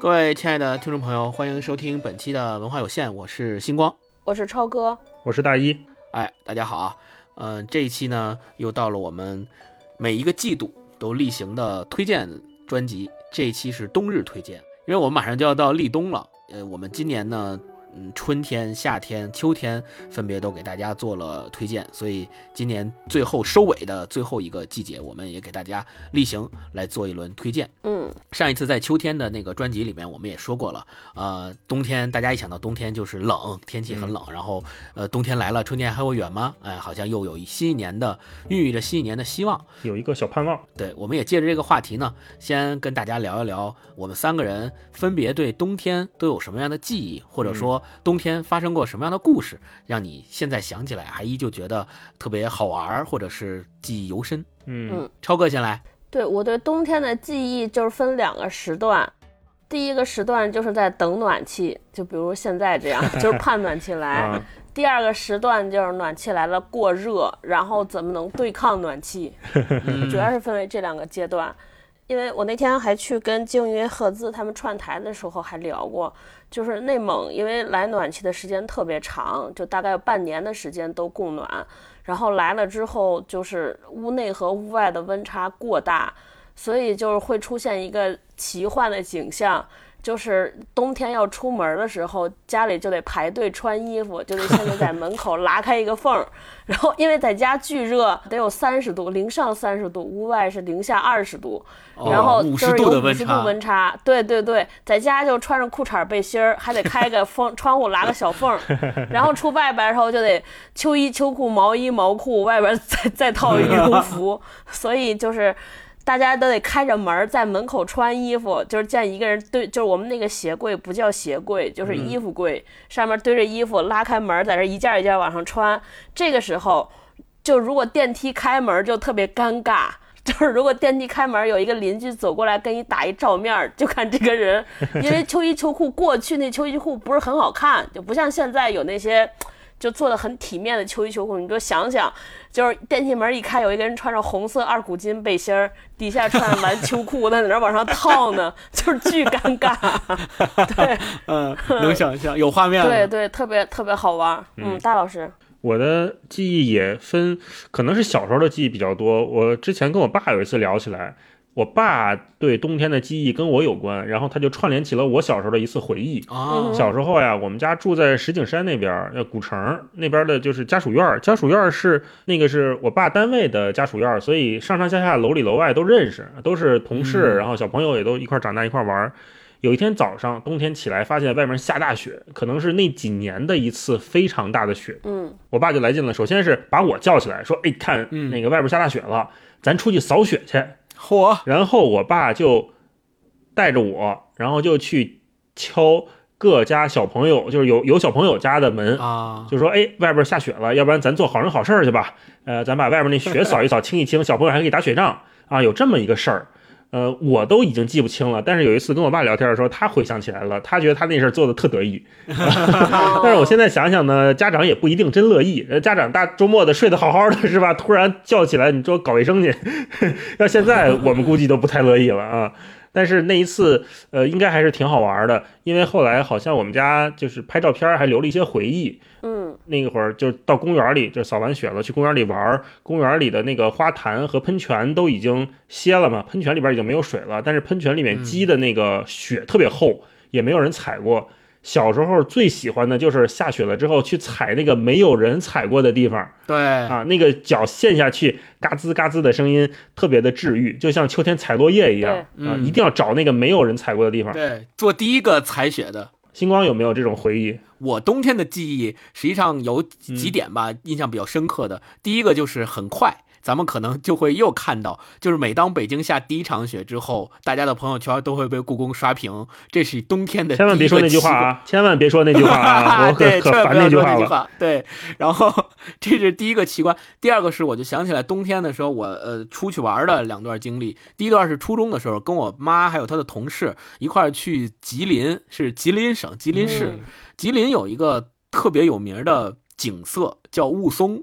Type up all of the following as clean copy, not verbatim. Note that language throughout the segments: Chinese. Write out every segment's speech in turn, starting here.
各位亲爱的听众朋友，欢迎收听本期的文化有限，我是星光， 我是超哥， 我是大一。 大家好啊，这一期呢又到了我们每一个季度都例行的推荐专辑，这一期是冬日推荐，因为我们马上就要到立冬了，我们今年呢春天、夏天、秋天分别都给大家做了推荐，所以今年最后收尾的最后一个季节，我们也给大家例行来做一轮推荐。上一次在秋天的那个专辑里面，我们也说过了，冬天大家一想到冬天就是冷，天气很冷，然后冬天来了，春天还会远吗？好像又有新一年的孕育着新一年的希望， 有一个小盼望。 对，我们也借着这个话题呢，先跟大家聊一聊我们三个人分别对冬天都有什么样的记忆，或者说冬天发生过什么样的故事，让你现在想起来还依旧觉得特别好玩，或者是记忆犹深。超哥先来。 对，我对冬天的记忆就是分两个时段，第一个时段就是在等暖气，就比如现在这样，就是盼暖气来。第二个时段就是暖气来了过热，然后怎么能对抗暖气，主要是分为这两个阶段。因为我那天还去跟鲸鱼赫兹他们串台的时候还聊过，就是内蒙因为来暖气的时间特别长，就大概有半年的时间都供暖，然后来了之后就是屋内和屋外的温差过大，所以就是会出现一个奇幻的景象，就是冬天要出门的时候，家里就得排队穿衣服，就得现在在门口拉开一个缝，然后因为在家巨热，得有30度，零上30度，屋外是零下20度，然后就是有50度温差。对对对，在家就穿着裤衩背心儿，还得开个风，窗户拉个小缝，然后出外边的时候就得秋衣秋裤、毛衣毛裤，外边再套羽绒服，所以就是大家都得开着门在门口穿衣服，就是见一个人对，就是我们那个鞋柜不叫鞋柜，就是衣服柜，上面堆着衣服，拉开门在这一件一件往上穿。这个时候就如果电梯开门就特别尴尬，就是如果电梯开门有一个邻居走过来跟你打一照面，就看这个人，因为秋衣秋裤过去那秋衣秋裤不是很好看，就不像现在有那些就做的很体面的秋衣秋裤，你就想想，就是电梯门一开，有一个人穿着红色2股筋背心儿，底下穿蓝秋裤，在那往上套呢，就是巨尴尬。对， 能想象，有画面了。 对对，特别好玩。大老师。 我的记忆也分，可能是小时候的记忆比较多。我之前跟我爸有一次聊起来，我爸对冬天的记忆跟我有关，然后他就串联起了我小时候的一次回忆。小时候呀，我们家住在石景山那边，古城那边的就是家属院，家属院是那个是我爸单位的家属院，所以上上下下楼里楼外都认识，都是同事，然后小朋友也都一块长大一块玩。有一天早上，冬天起来发现外面下大雪，可能是那几年的一次非常大的雪。我爸就来劲了，首先是把我叫起来说，看那个外边下大雪了，咱出去扫雪去。然后我爸就带着我，然后就去敲各家小朋友，就是有小朋友家的门就说外边下雪了，要不然咱做好人好事去吧，咱把外边那雪扫一扫清一清，小朋友还可以打雪仗啊，有这么一个事儿。我都已经记不清了，但是有一次跟我爸聊天的时候，他回想起来了，他觉得他那事儿做的特得意。但是我现在想想呢，家长也不一定真乐意，家长大周末的睡得好好的是吧，突然叫起来你说搞卫生去，要现在我们估计都不太乐意了啊。但是那一次应该还是挺好玩的，因为后来好像我们家就是拍照片还留了一些回忆。那会儿就到公园里，就扫完雪了去公园里玩，公园里的那个花坛和喷泉都已经歇了嘛，喷泉里边已经没有水了，但是喷泉里面积的那个雪特别厚，也没有人踩过。小时候最喜欢的就是下雪了之后去踩那个没有人踩过的地方， 对啊，那个脚陷下去嘎吱嘎吱的声音特别的治愈，就像秋天踩落叶一样啊，一定要找那个没有人踩过的地方。 对，做第一个踩雪的。 星光有没有这种回忆？ 我冬天的记忆实际上有几点吧，印象比较深刻的。第一个就是很快，咱们可能就会又看到，就是每当北京下第一场雪之后，大家的朋友圈都会被故宫刷屏，这是冬天的第一个。 千万别说那句话啊！千万别说那句话啊！我可烦那句话了。 对，然后这是第一个奇观。第二个是，我就想起来冬天的时候，我出去玩的2段经历。第一段是初中的时候，跟我妈还有她的同事一块去吉林，是吉林省吉林市。吉林有一个特别有名的景色叫雾凇。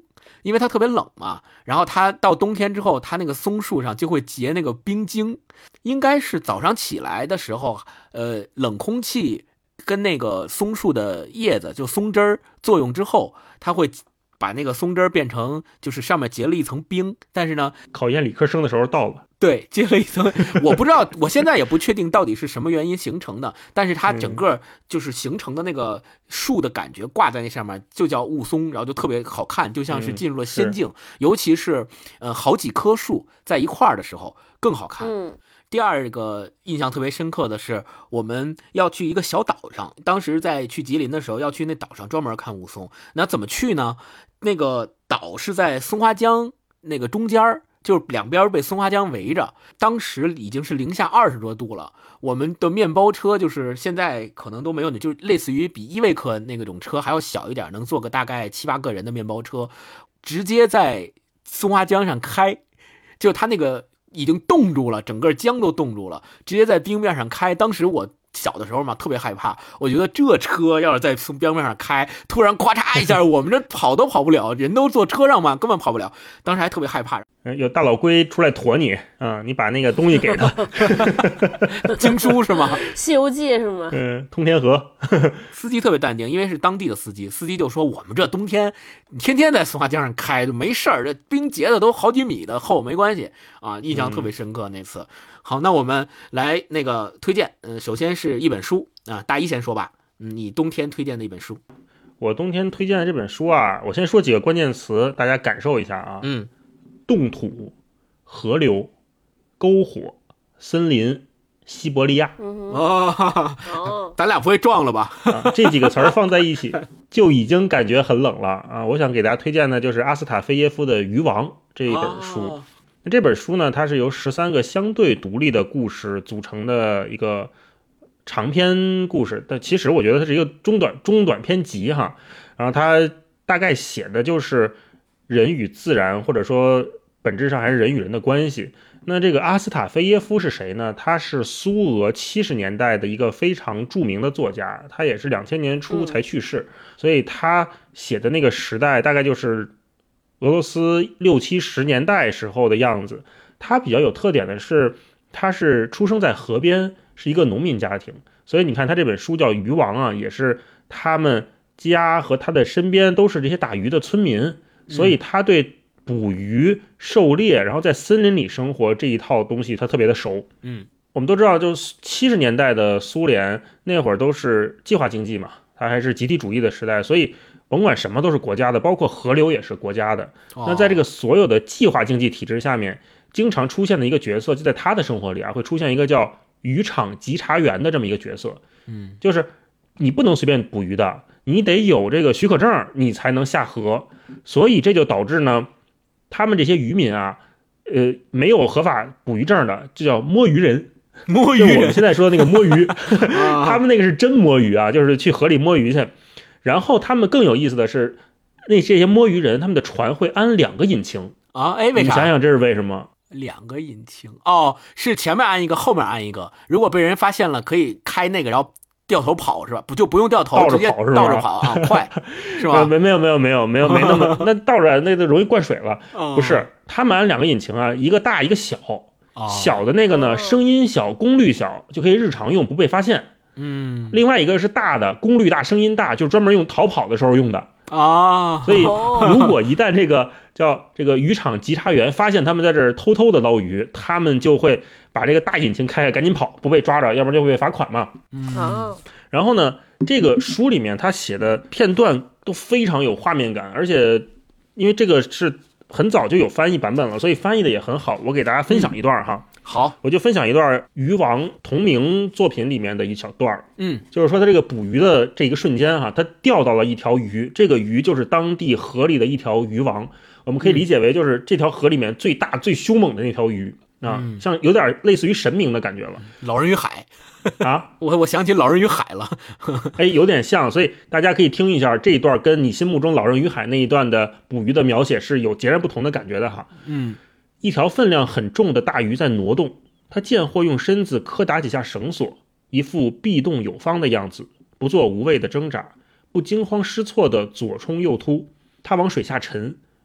因为它特别冷嘛，然后它到冬天之后，它那个松树上就会结那个冰晶，应该是早上起来的时候，冷空气跟那个松树的叶子就松枝儿作用之后，它会把那个松枝儿变成就是上面结了一层冰，但是呢， 考验理科生的时候到了。 对，结了一层，我不知道，我现在也不确定到底是什么原因形成的，但是它整个就是形成的那个树的感觉挂在那上面，就叫雾凇，然后就特别好看，就像是进入了仙境，尤其是好几棵树在一块儿的时候更好看。第二个印象特别深刻的是，我们要去一个小岛上，当时在去吉林的时候要去那岛上专门看雾凇，那怎么去呢？那个岛是在松花江那个中间，就是两边被松花江围着，当时已经是零下20多度了。我们的面包车就是现在可能都没有，就类似于比依维柯那种车还要小一点，能坐个大概7、8个人的面包车，直接在松花江上开，就它那个已经冻住了，整个江都冻住了，直接在冰面上开。当时我小的时候嘛，特别害怕，我觉得这车要是在冰面上开，突然咔嚓一下，我们这跑都跑不了，人都坐车上嘛，根本跑不了。当时还特别害怕。 有大老龟出来驮你啊，你把那个东西给他。 经书是吗？ 西游记是吗？ 通天河。 司机特别淡定，因为是当地的司机，司机就说我们这冬天天天在松花江上开，就没事儿，这冰结的都好几米的厚，没关系啊，印象特别深刻那次。好，那我们来那个推荐，首先是一本书啊，大一先说吧，你冬天推荐的一本书。 我冬天推荐的这本书啊，我先说几个关键词，大家感受一下啊。冻土、河流、篝火、森林、西伯利亚。 咱俩不会撞了吧？ 这几个词儿放在一起就已经感觉很冷了啊！我想给大家推荐的就是阿斯塔菲耶夫的《渔王》这一本书。这本书呢，它是由13个相对独立的故事组成的一个长篇故事，但其实我觉得它是一个中短篇集哈。然后它大概写的就是人与自然，或者说本质上还是人与人的关系。那这个阿斯塔菲耶夫是谁呢？他是苏俄70年代的一个非常著名的作家，他也是2000年初才去世，所以他写的那个时代大概就是俄罗斯60、70年代时候的样子。他比较有特点的是，他是出生在河边，是一个农民家庭，所以你看他这本书叫《渔王》啊，也是他们家和他的身边都是这些打鱼的村民，所以他对捕鱼、狩猎，然后在森林里生活这一套东西他特别的熟。我们都知道，就是70年代的苏联那会儿都是计划经济嘛，它还是集体主义的时代，所以甭管什么都是国家的，包括河流也是国家的。那在这个所有的计划经济体制下面，经常出现的一个角色，就在他的生活里啊，会出现一个叫渔场稽查员的这么一个角色。就是你不能随便捕鱼的，你得有这个许可证，你才能下河。所以这就导致呢，他们这些渔民啊，没有合法捕鱼证的，就叫摸鱼人。 摸鱼人， 我们现在说的那个摸鱼，他们那个是真摸鱼啊，就是去河里摸鱼去。然后他们更有意思的是，这些摸鱼人他们的船会安2个引擎啊，为啥？ 你想想这是为什么 ？2个引擎是前面安一个，后面安一个。如果被人发现了，可以开那个，然后掉头跑是吧？不用掉头，直接倒着跑啊，快是吧？ 没那么那倒着那就容易灌水了。不是，他们安2个引擎啊，一个大一个小。小的那个呢，声音小，功率小，就可以日常用，不被发现。另外一个是大的，功率大，声音大，就专门用逃跑的时候用的啊。所以如果一旦这个叫这个渔场稽查员发现他们在这儿偷偷的捞鱼，他们就会把这个大引擎开，赶紧跑，不被抓着，要不然就会被罚款嘛。然后呢，这个书里面他写的片段都非常有画面感，而且因为这个是很早就有翻译版本了，所以翻译的也很好。我给大家分享一段哈。 好， 我就分享一段《渔王》同名作品里面的一小段。就是说他这个捕鱼的这个瞬间哈，他钓到了一条鱼，这个鱼就是当地河里的一条渔王。我们可以理解为就是这条河里面最大最凶猛的那条鱼啊，像有点类似于神明的感觉了。 老人与海啊， 我想起老人与海了。 有点像，所以大家可以听一下这一段跟你心目中老人与海那一段的捕鱼的描写是有截然不同的感觉的哈。一条分量很重的大鱼在挪动，它见或用身子磕打几下绳索，一副必动有方的样子，不做无谓的挣扎，不惊慌失措的左冲右突。它往水下沉，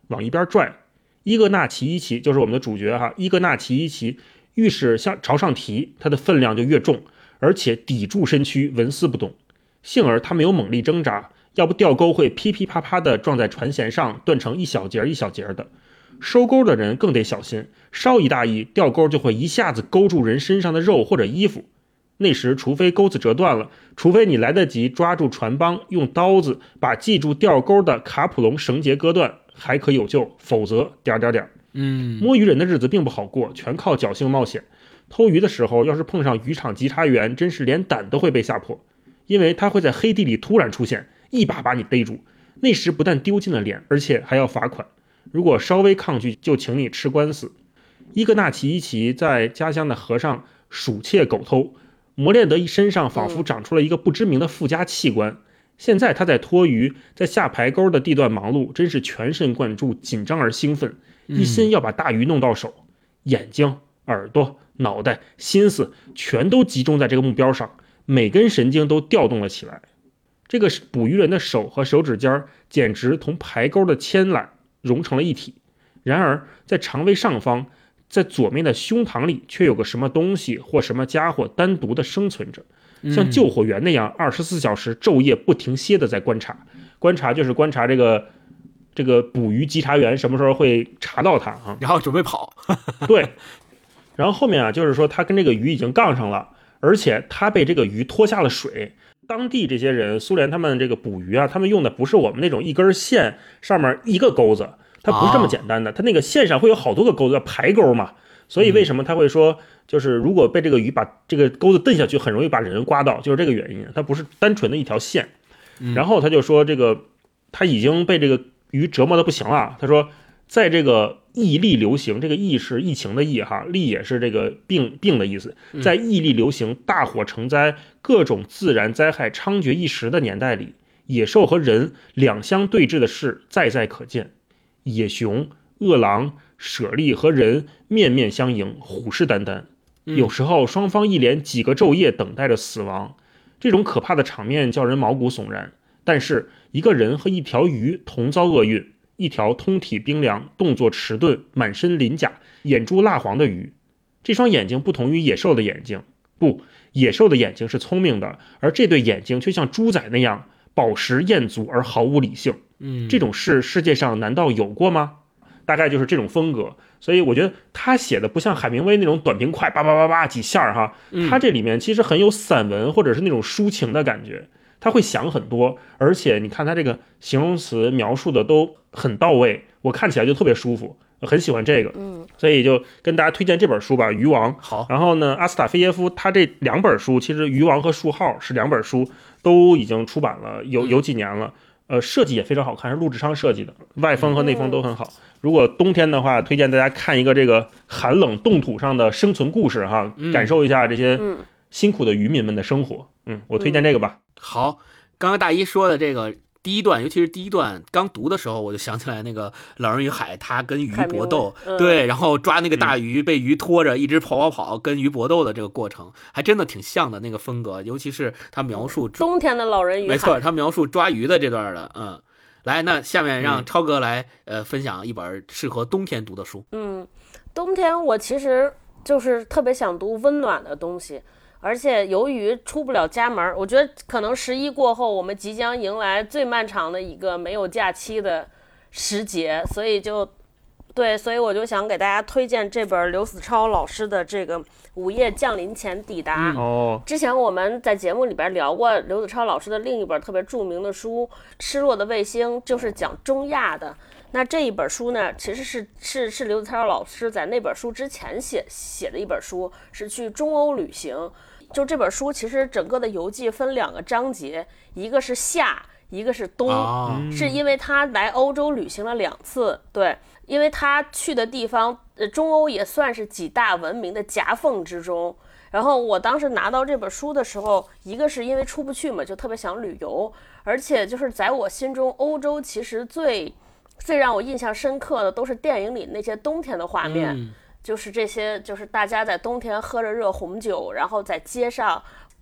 往一边拽。伊戈纳齐伊奇就是我们的主角哈，伊戈纳齐伊奇越是向朝上提，它的分量就越重，而且抵住身躯，纹丝不动。幸而他没有猛力挣扎，要不吊钩会噼噼啪啪地撞在船舷上，断成一小节一小节的。收钩的人更得小心，稍一大意，吊钩就会一下子勾住人身上的肉或者衣服。那时除非钩子折断了，除非你来得及抓住船帮，用刀子把系住吊钩的卡普龙绳结割断，还可有救，否则……摸鱼人的日子并不好过，全靠侥幸冒险。偷鱼的时候，要是碰上渔场稽查员，真是连胆都会被吓破，因为他会在黑地里突然出现，一把把你逮住。那时不但丢尽了脸，而且还要罚款。如果稍微抗拒，就请你吃官司。伊戈纳齐伊奇在家乡的河上鼠窃狗偷，磨练得身上仿佛长出了一个不知名的附加器官。现在他在拖鱼，在下排钩的地段忙碌，真是全神贯注，紧张而兴奋，一心要把大鱼弄到手。眼睛、耳朵、脑袋、心思全都集中在这个目标上，每根神经都调动了起来。这个捕鱼人的手和手指尖简直同排钩的牵缆融成了一体。然而在肠胃上方，在左面的胸膛里却有个什么东西或什么家伙单独的生存着，像救火员那样24小时昼夜不停歇的在观察。观察就是观察这个捕鱼稽查员什么时候会查到他啊， 然后准备跑。 对，然后后面啊，就是说他跟这个鱼已经杠上了，而且他被这个鱼拖下了水。当地这些人，苏联他们这个捕鱼啊，他们用的不是我们那种一根线上面一个钩子，它不是这么简单的，它那个线上会有好多个钩子，叫排钩嘛。所以为什么他会说，就是如果被这个鱼把这个钩子蹬下去，很容易把人刮到，就是这个原因。它不是单纯的一条线。然后他就说，这个他已经被这个鱼折磨的不行了。他说，在这个疫力流行，这个疫是疫情的疫哈，力也是这个病的意思。在疫力流行、大火成灾、各种自然灾害猖獗一时的年代里，野兽和人两相对峙的事在在可见。野熊、饿狼、舍利和人面面相迎，虎视眈眈。有时候双方一连几个昼夜等待着死亡，这种可怕的场面叫人毛骨悚然。但是一个人和一条鱼同遭厄运，一条通体冰凉、动作迟钝、满身鳞甲、眼珠蜡黄的鱼。这双眼睛不同于野兽的眼睛，不，野兽的眼睛是聪明的，而这对眼睛却像猪仔那样饱食厌足而毫无理性。这种事世界上难道有过吗？大概就是这种风格。所以我觉得他写的不像海明威那种短平快，叭叭叭叭几下哈，他这里面其实很有散文或者是那种抒情的感觉，他会想很多，而且你看他这个形容词描述的都很到位，我看起来就特别舒服，很喜欢这个。所以就跟大家推荐这本书吧，《渔王》。 好， 然后呢，阿斯塔菲耶夫他这两本书，其实《渔王》和《树号》是两本书，都已经出版了有几年了。设计也非常好看，是陆志昌设计的，外封和内封都很好。如果冬天的话，推荐大家看一个这个寒冷冻土上的生存故事哈，感受一下这些辛苦的渔民们的生活。我推荐这个吧。 好，刚刚大一说的这个第一段，尤其是第一段刚读的时候，我就想起来那个《老人与海》，他跟鱼搏斗，对，然后抓那个大鱼，被鱼拖着一直跑，跟鱼搏斗的这个过程，还真的挺像的那个风格，尤其是他描述冬天的老人与海， 没错，他描述抓鱼的这段的，来，那下面让超哥来分享一本适合冬天读的书。 冬天我其实就是特别想读温暖的东西。而且由于出不了家门，我觉得可能11过后，我们即将迎来最漫长的一个没有假期的时节，所以我就想给大家推荐这本刘子超老师的这个《午夜降临前抵达》。之前我们在节目里边聊过刘子超老师的另一本特别著名的书《失落的卫星》，就是讲中亚的。那这一本书呢，其实是刘子超老师在那本书之前写的一本书，是去中欧旅行。就这本书其实整个的游记分2个章节，一个是夏，一个是冬，是因为他来欧洲旅行了2次。对，因为他去的地方中欧也算是几大文明的夹缝之中。然后我当时拿到这本书的时候，一个是因为出不去嘛，就特别想旅游，而且就是在我心中，欧洲其实最让我印象深刻的都是电影里那些冬天的画面。就是这些，就是大家在冬天喝着热红酒，然后在街上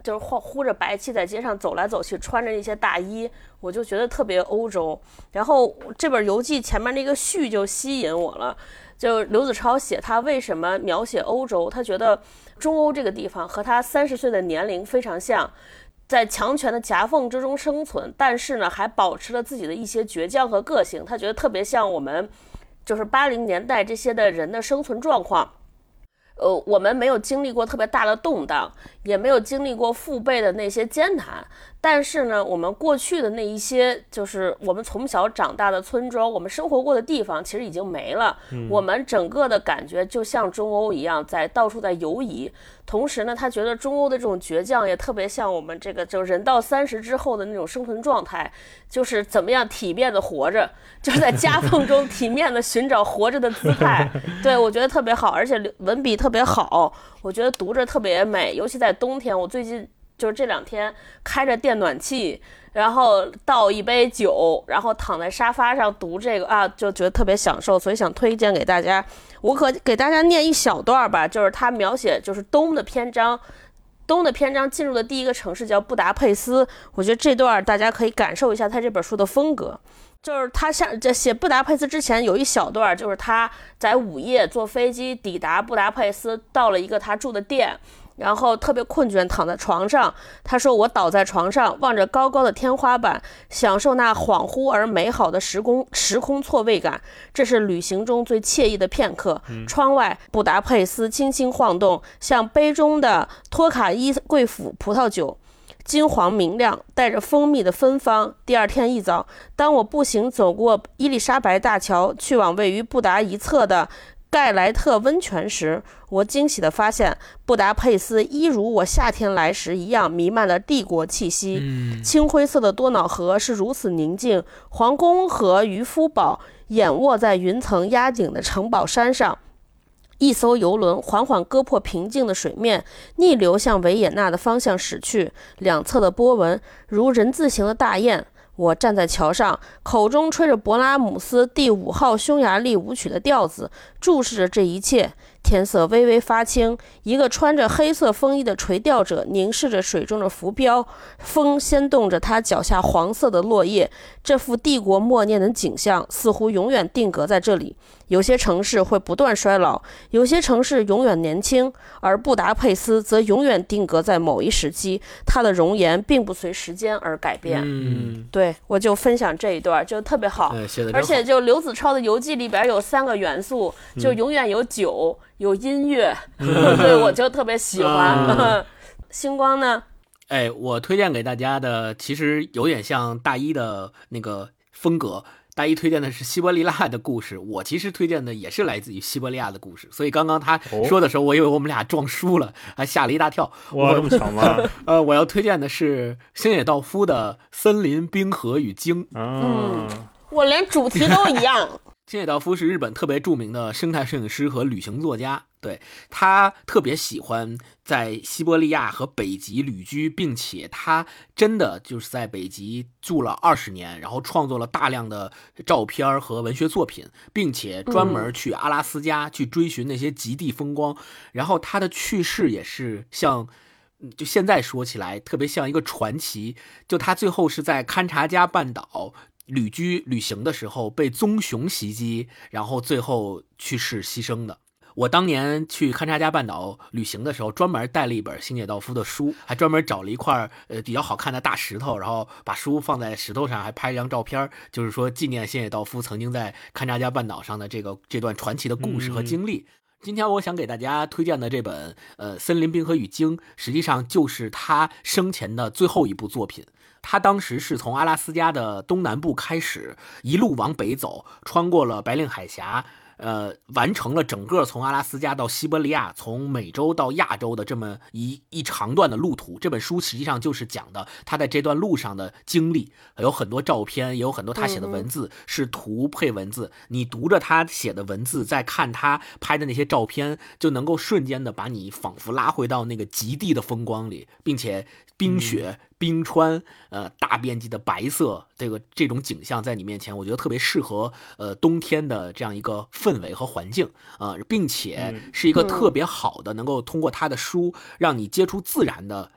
就是呼着白气在街上走来走去，穿着那些大衣，我就觉得特别欧洲。然后这本游记前面那个序就吸引我了，就刘子超写他为什么描写欧洲，他觉得中欧这个地方和他30岁的年龄非常像，在强权的夹缝之中生存，但是呢还保持了自己的一些倔强和个性，他觉得特别像我们就是80年代这些的人的生存状况。我们没有经历过特别大的动荡，也没有经历过父辈的那些艰难，但是呢我们过去的那一些就是我们从小长大的村庄，我们生活过的地方其实已经没了，我们整个的感觉就像中欧一样到处在游移。同时呢他觉得中欧的这种倔强也特别像我们这个就人到30之后的那种生存状态，就是怎么样体面的活着，就是在夹缝中体面的寻找活着的姿态。对，我觉得特别好，而且文笔特别好，我觉得读着特别美，尤其在冬天。我最近就是这2天开着电暖气，然后倒一杯酒，然后躺在沙发上读这个啊，就觉得特别享受，所以想推荐给大家。我可给大家念一小段吧，就是他描写就是东的篇章进入的第一个城市叫布达佩斯，我觉得这段大家可以感受一下他这本书的风格。就是他写布达佩斯之前有一小段，就是他在午夜坐飞机抵达布达佩斯，到了一个他住的店，然后特别困倦躺在床上，他说我倒在床上望着高高的天花板，享受那恍惚而美好的时空错位感，这是旅行中最惬意的片刻。窗外布达佩斯轻轻晃动，像杯中的托卡伊贵府葡萄酒，金黄明亮，带着蜂蜜的芬芳。第二天一早，当我步行走过伊丽莎白大桥，去往位于布达一侧的盖莱特温泉时，我惊喜地发现布达佩斯一如我夏天来时一样弥漫了帝国气息。青灰色的多瑙河是如此宁静，皇宫和渔夫堡掩卧在云层压顶的城堡山上。一艘游轮缓缓割破平静的水面，逆流向维也纳的方向驶去，两侧的波纹如人字形的大雁。我站在桥上，口中吹着勃拉姆斯第5号匈牙利舞曲的调子，注视着这一切。天色微微发青，一个穿着黑色风衣的垂钓者凝视着水中的浮标，风掀动着他脚下黄色的落叶。这幅帝国默念的景象似乎永远定格在这里。有些城市会不断衰老，有些城市永远年轻，而布达佩斯则永远定格在某一时期，它的容颜并不随时间而改变。对，我就分享这一段，就特别好。而且就刘子超的游记里边有3个元素，就永远有酒，有音乐，对，我就特别喜欢。星光呢？ 我推荐给大家的其实有点像大一的那个风格。大一推荐的是西伯利亚的故事，我其实推荐的也是来自于西伯利亚的故事，所以刚刚他说的时候，我以为我们俩撞书了，还吓了一大跳。 哇，这么巧吗？ 我要推荐的是星野道夫的《森林、冰河与鲸》。 我连主题都一样。 星野道夫是日本特别著名的生态摄影师和旅行作家，对，他特别喜欢在西伯利亚和北极旅居，并且他真的就是在北极住了20年，然后创作了大量的照片和文学作品，并且专门去阿拉斯加去追寻那些极地风光。然后他的去世也是像就现在说起来特别像一个传奇，就他最后是在勘察加半岛旅行的时候被棕熊袭击，然后最后去世牺牲的。我当年去勘察加半岛旅行的时候，专门带了一本星野道夫的书，还专门找了一块比较好看的大石头，然后把书放在石头上，还拍一张照片，就是说纪念星野道夫曾经在勘察加半岛上的这段传奇的故事和经历。今天我想给大家推荐的这本森林冰河与鲸，实际上就是他生前的最后一部作品。他当时是从阿拉斯加的东南部开始，一路往北走，穿过了白令海峡，完成了整个从阿拉斯加到西伯利亚，从美洲到亚洲的这么一长段的路途。这本书实际上就是讲的他在这段路上的经历，有很多照片，也有很多他写的文字，是图配文字。你读着他写的文字，再看他拍的那些照片，就能够瞬间的把你仿佛拉回到那个极地的风光里，并且冰雪、冰川，大面积的白色，这种景象在你面前，我觉得特别适合冬天的这样一个氛围和环境并且是一个特别好的能够通过他的书让你接触自然的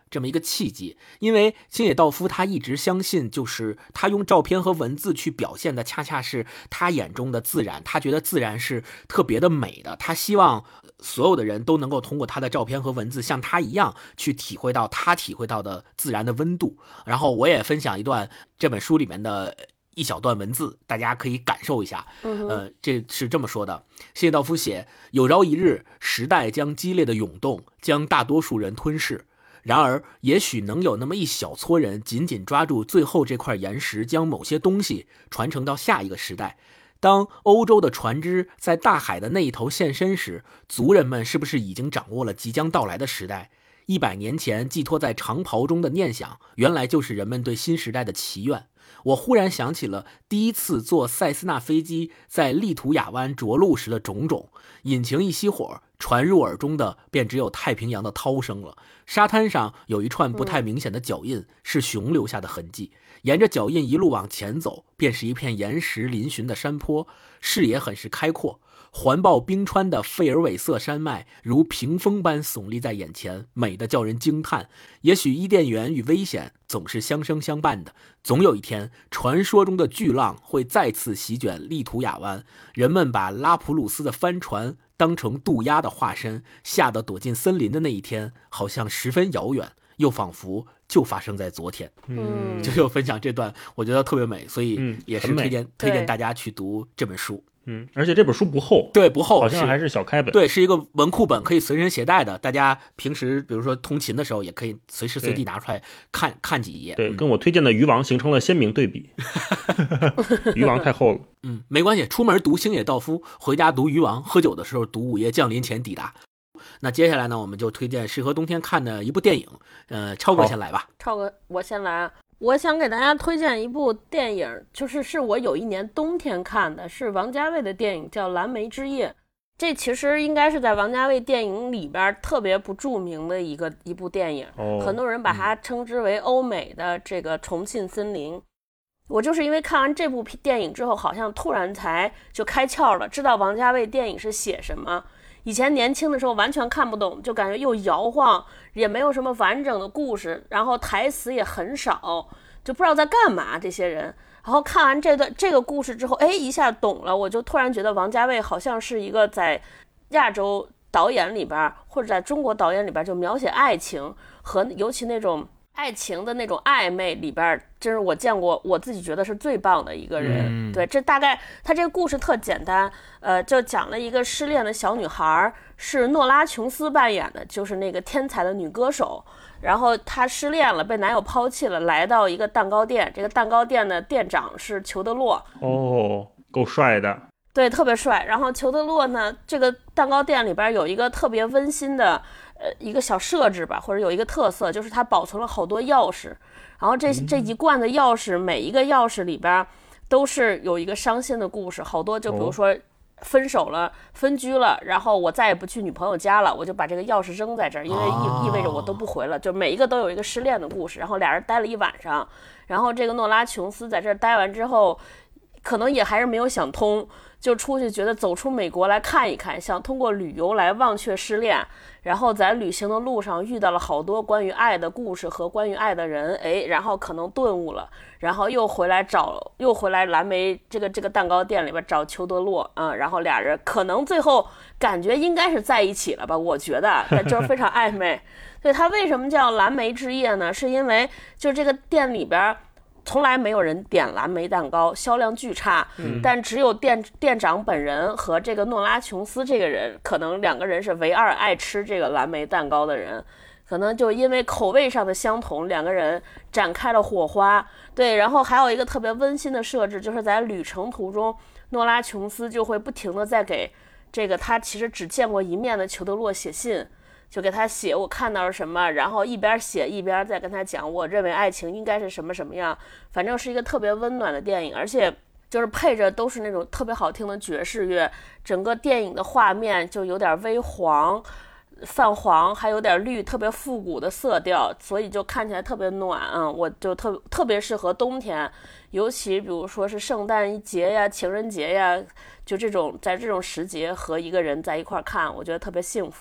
这么一个契机。因为星野道夫他一直相信，就是他用照片和文字去表现的恰恰是他眼中的自然，他觉得自然是特别的美的，他希望所有的人都能够通过他的照片和文字像他一样去体会到他体会到的自然的温度。然后我也分享一段这本书里面的一小段文字，大家可以感受一下。这是这么说的：谢谢道夫写，有朝一日时代将激烈的涌动，将大多数人吞噬，然而也许能有那么一小撮人紧紧抓住最后这块岩石，将某些东西传承到下一个时代。当欧洲的船只在大海的那一头现身时，族人们是不是已经掌握了即将到来的时代？100年前寄托在长袍中的念想，原来就是人们对新时代的祈愿。我忽然想起了第一次坐塞斯纳飞机在利图雅湾着陆时的种种，引擎一熄火，传入耳中的便只有太平洋的涛声了。沙滩上有一串不太明显的脚印，是熊留下的痕迹。沿着脚印一路往前走，便是一片岩石嶙峋的山坡，视野很是开阔。环抱冰川的费尔韦瑟山脉如屏风般耸立在眼前，美得叫人惊叹。也许伊甸园与危险总是相生相伴的，总有一天传说中的巨浪会再次席卷利图雅湾，人们把拉普鲁斯的帆船当成渡鸦的化身，吓得躲进森林的那一天好像十分遥远，又仿佛就发生在昨天。就是分享这段我觉得特别美，所以也是推荐大家去读这本书。 而且这本书不厚， 对，不厚， 好像还是小开本， 对，是一个文库本，可以随身携带的。大家平时比如说通勤的时候，也可以随时随地拿出来看几页。 对，跟我推荐的《渔王》形成了鲜明对比。渔王太厚了。 没关系，出门读星野道夫，回家读渔王，喝酒的时候读午夜降临前抵达。那接下来呢，我们就推荐适合冬天看的一部电影。超哥先来吧。 超哥，我先来啊。我想给大家推荐一部电影，是我有一年冬天看的，是王家卫的电影，叫《蓝莓之夜》。这其实应该是在王家卫电影里边特别不著名的一部电影，很多人把它称之为欧美的这个重庆森林。我就是因为看完这部电影之后，好像突然才就开窍了，知道王家卫电影是写什么。以前年轻的时候完全看不懂，就感觉又摇晃，也没有什么完整的故事，然后台词也很少，就不知道在干嘛这些人。然后看完这个故事之后，一下懂了，我就突然觉得王家卫好像是一个在亚洲导演里边，或者在中国导演里边，就描写爱情和尤其那种爱情的那种暧昧里边，真是我见过我自己觉得是最棒的一个人。对，这大概他这个故事特简单，就讲了一个失恋的小女孩，是诺拉琼斯扮演的，就是那个天才的女歌手。然后她失恋了，被男友抛弃了，来到一个蛋糕店，这个蛋糕店的店长是裘德洛。 够帅的。 对，特别帅。然后裘德洛呢，这个蛋糕店里边有一个特别温馨的一个小设置吧，或者有一个特色，就是它保存了好多钥匙。然后这一罐的钥匙，每一个钥匙里边都是有一个伤心的故事，好多就比如说分手了，分居了，然后我再也不去女朋友家了，我就把这个钥匙扔在这儿，因为意味着我都不回了。就每一个都有一个失恋的故事。然后俩人待了一晚上，然后这个诺拉琼斯在这儿待完之后，可能也还是没有想通，就出去觉得走出美国来看一看，想通过旅游来忘却失恋。然后在旅行的路上遇到了好多关于爱的故事和关于爱的人，然后可能顿悟了，然后又回来蓝莓这个蛋糕店里边找裘德洛，然后俩人可能最后感觉应该是在一起了吧，我觉得，但就是非常暧昧。所以他为什么叫蓝莓之夜呢？是因为就这个店里边从来没有人点蓝莓蛋糕，销量巨差，但只有店长本人和这个诺拉琼斯这个人，可能两个人是唯二爱吃这个蓝莓蛋糕的人，可能就因为口味上的相同，两个人展开了火花。对，然后还有一个特别温馨的设置，就是在旅程途中，诺拉琼斯就会不停的在给这个他其实只见过一面的裘德洛写信，就给他写我看到了什么，然后一边写一边再跟他讲我认为爱情应该是什么什么样。反正是一个特别温暖的电影，而且就是配着都是那种特别好听的爵士乐，整个电影的画面就有点微黄泛黄，还有点绿，特别复古的色调，所以就看起来特别暖我就特别适合冬天，尤其比如说是圣诞节呀、情人节呀，就这种在这种时节和一个人在一块看，我觉得特别幸福。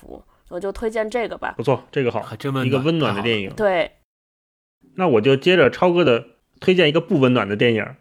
我就推荐这个吧。 不错，这个好，一个温暖的电影。 对， 那我就接着超哥的推荐一个不温暖的电影。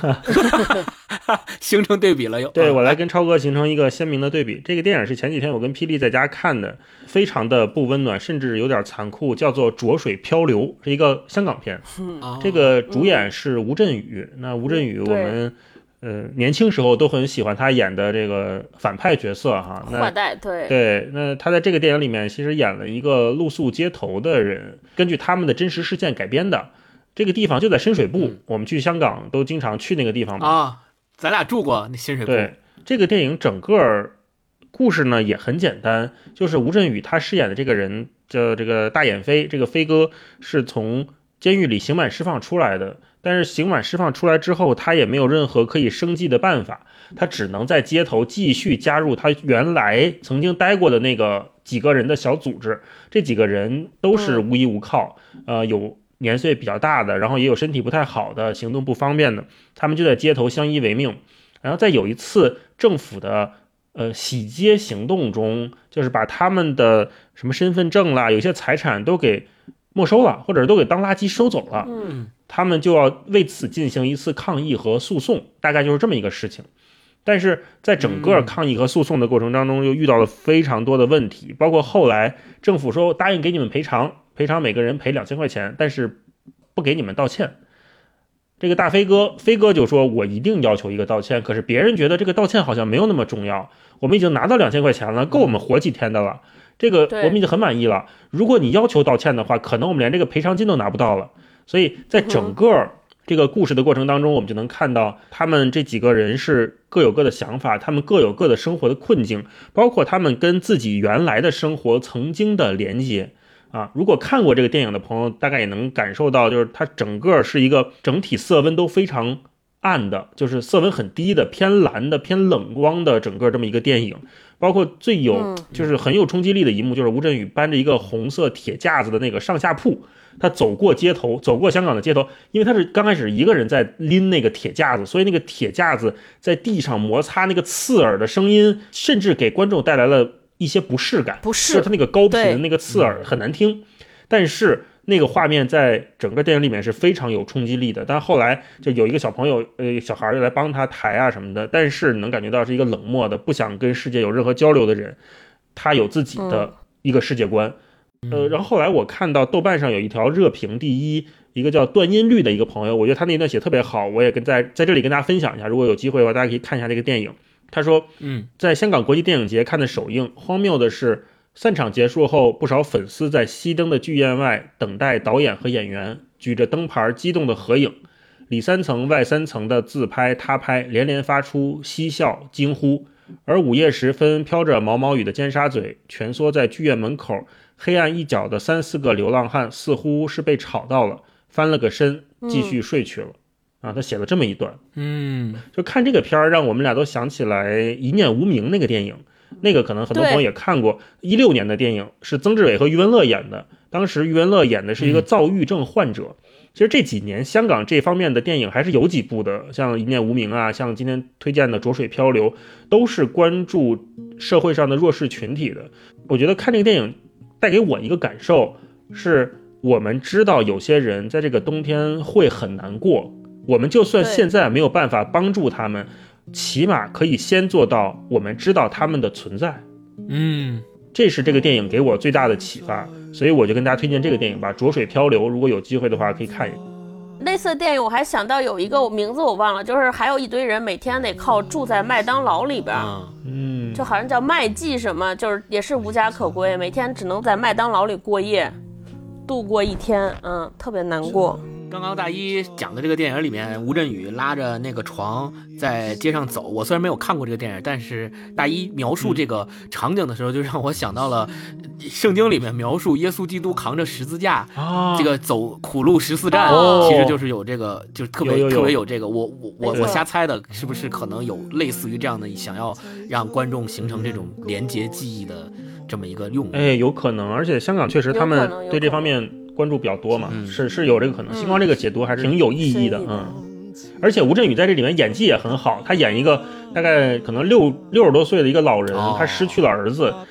形成对比了又。 对，我来跟超哥形成一个鲜明的对比。这个电影是前几天我跟霹雳在家看的，非常的不温暖，甚至有点残酷，叫做《浊水漂流》，是一个香港片。这个主演是吴镇宇。那吴镇宇我们年轻时候都很喜欢他演的这个反派角色哈。 坏蛋，对对，那他在这个电影里面其实演了一个露宿街头的人，根据他们的真实事件改编的。这个地方就在深水埗，我们去香港都经常去那个地方啊。咱俩住过那深水埗。 对，这个电影整个故事呢也很简单，就是吴镇宇他饰演的这个人叫这个大眼飞，这个飞哥是从监狱里刑满释放出来的，但是刑满释放出来之后，他也没有任何可以生计的办法，他只能在街头继续加入他原来曾经待过的那个几个人的小组织。这几个人都是无依无靠，有年岁比较大的，然后也有身体不太好的，行动不方便的，他们就在街头相依为命。然后在有一次政府的洗街行动中，就是把他们的什么身份证啦，有些财产都给没收了，或者都给当垃圾收走了。他们就要为此进行一次抗议和诉讼，大概就是这么一个事情。但是在整个抗议和诉讼的过程当中，又遇到了非常多的问题，包括后来政府说答应给你们赔偿每个人赔2000块钱，但是不给你们道歉。这个大飞哥就说我一定要求一个道歉，可是别人觉得这个道歉好像没有那么重要，我们已经拿到2000块钱了，够我们活几天的了，这个我们已经很满意了，如果你要求道歉的话，可能我们连这个赔偿金都拿不到了。所以在整个这个故事的过程当中，我们就能看到他们这几个人是各有各的想法，他们各有各的生活的困境，包括他们跟自己原来的生活曾经的连接啊。如果看过这个电影的朋友大概也能感受到，就是它整个是一个整体色温都非常暗的，就是色温很低的偏蓝的偏冷光的整个这么一个电影。包括最有就是很有冲击力的一幕，就是吴镇宇搬着一个红色铁架子的那个上下铺，他走过街头，走过香港的街头，因为他是刚开始一个人在拎那个铁架子，所以那个铁架子在地上摩擦那个刺耳的声音，甚至给观众带来了一些不适感，就是他那个高频的那个刺耳很难听。但是那个画面在整个电影里面是非常有冲击力的，但后来就有一个小朋友小孩来帮他抬啊什么的，但是能感觉到是一个冷漠的不想跟世界有任何交流的人，他有自己的一个世界观。然后后来我看到豆瓣上有一条热评第一，一个叫段音律的一个朋友，我觉得他那段写特别好，我也在这里跟大家分享一下，如果有机会的话大家可以看一下这个电影。他说在香港国际电影节看的首映，荒谬的是散场结束后，不少粉丝在熄灯的剧院外等待导演和演员，举着灯牌激动的合影，里3层外3层的自拍他拍，连连发出嬉笑惊呼。而午夜时分飘着毛毛雨的尖沙咀，蜷缩在剧院门口黑暗一角的3、4个流浪汉似乎是被吵到了，翻了个身继续睡去了。他写了这么一段。就看这个片儿让我们俩都想起来一念无名那个电影，那个可能很多朋友也看过，16年的电影，是曾志伟和余文乐演的。当时余文乐演的是一个躁郁症患者。其实这几年香港这方面的电影还是有几部的，像一念无名啊，像今天推荐的浊水漂流，都是关注社会上的弱势群体的。我觉得看这个电影带给我一个感受是，我们知道有些人在这个冬天会很难过，我们就算现在没有办法帮助他们，起码可以先做到我们知道他们的存在。这是这个电影给我最大的启发，所以我就跟大家推荐这个电影吧，浊水漂流，如果有机会的话可以看一看。 类似的电影我还想到有一个名字我忘了，就是还有一堆人每天得靠住在麦当劳里边，就好像叫麦记什么，就是也是无家可归，每天只能在麦当劳里过夜度过一天，特别难过。 刚刚大一讲的这个电影里面，吴镇宇拉着那个床在街上走，我虽然没有看过这个电影，但是大一描述这个场景的时候，就让我想到了圣经里面描述耶稣基督扛着十字架，这个走苦路14站，其实就是有这个，就特别有这个，我瞎猜的，是不是可能有类似于这样的想要让观众形成这种连结记忆的这么一个用意？ 有可能，而且香港确实他们对这方面关注比较多嘛，是有这个可能。星光这个解读还是挺有意义的，而且吴镇宇在这里面演技也很好，他演一个大概可能60多岁的一个老人，他失去了儿子，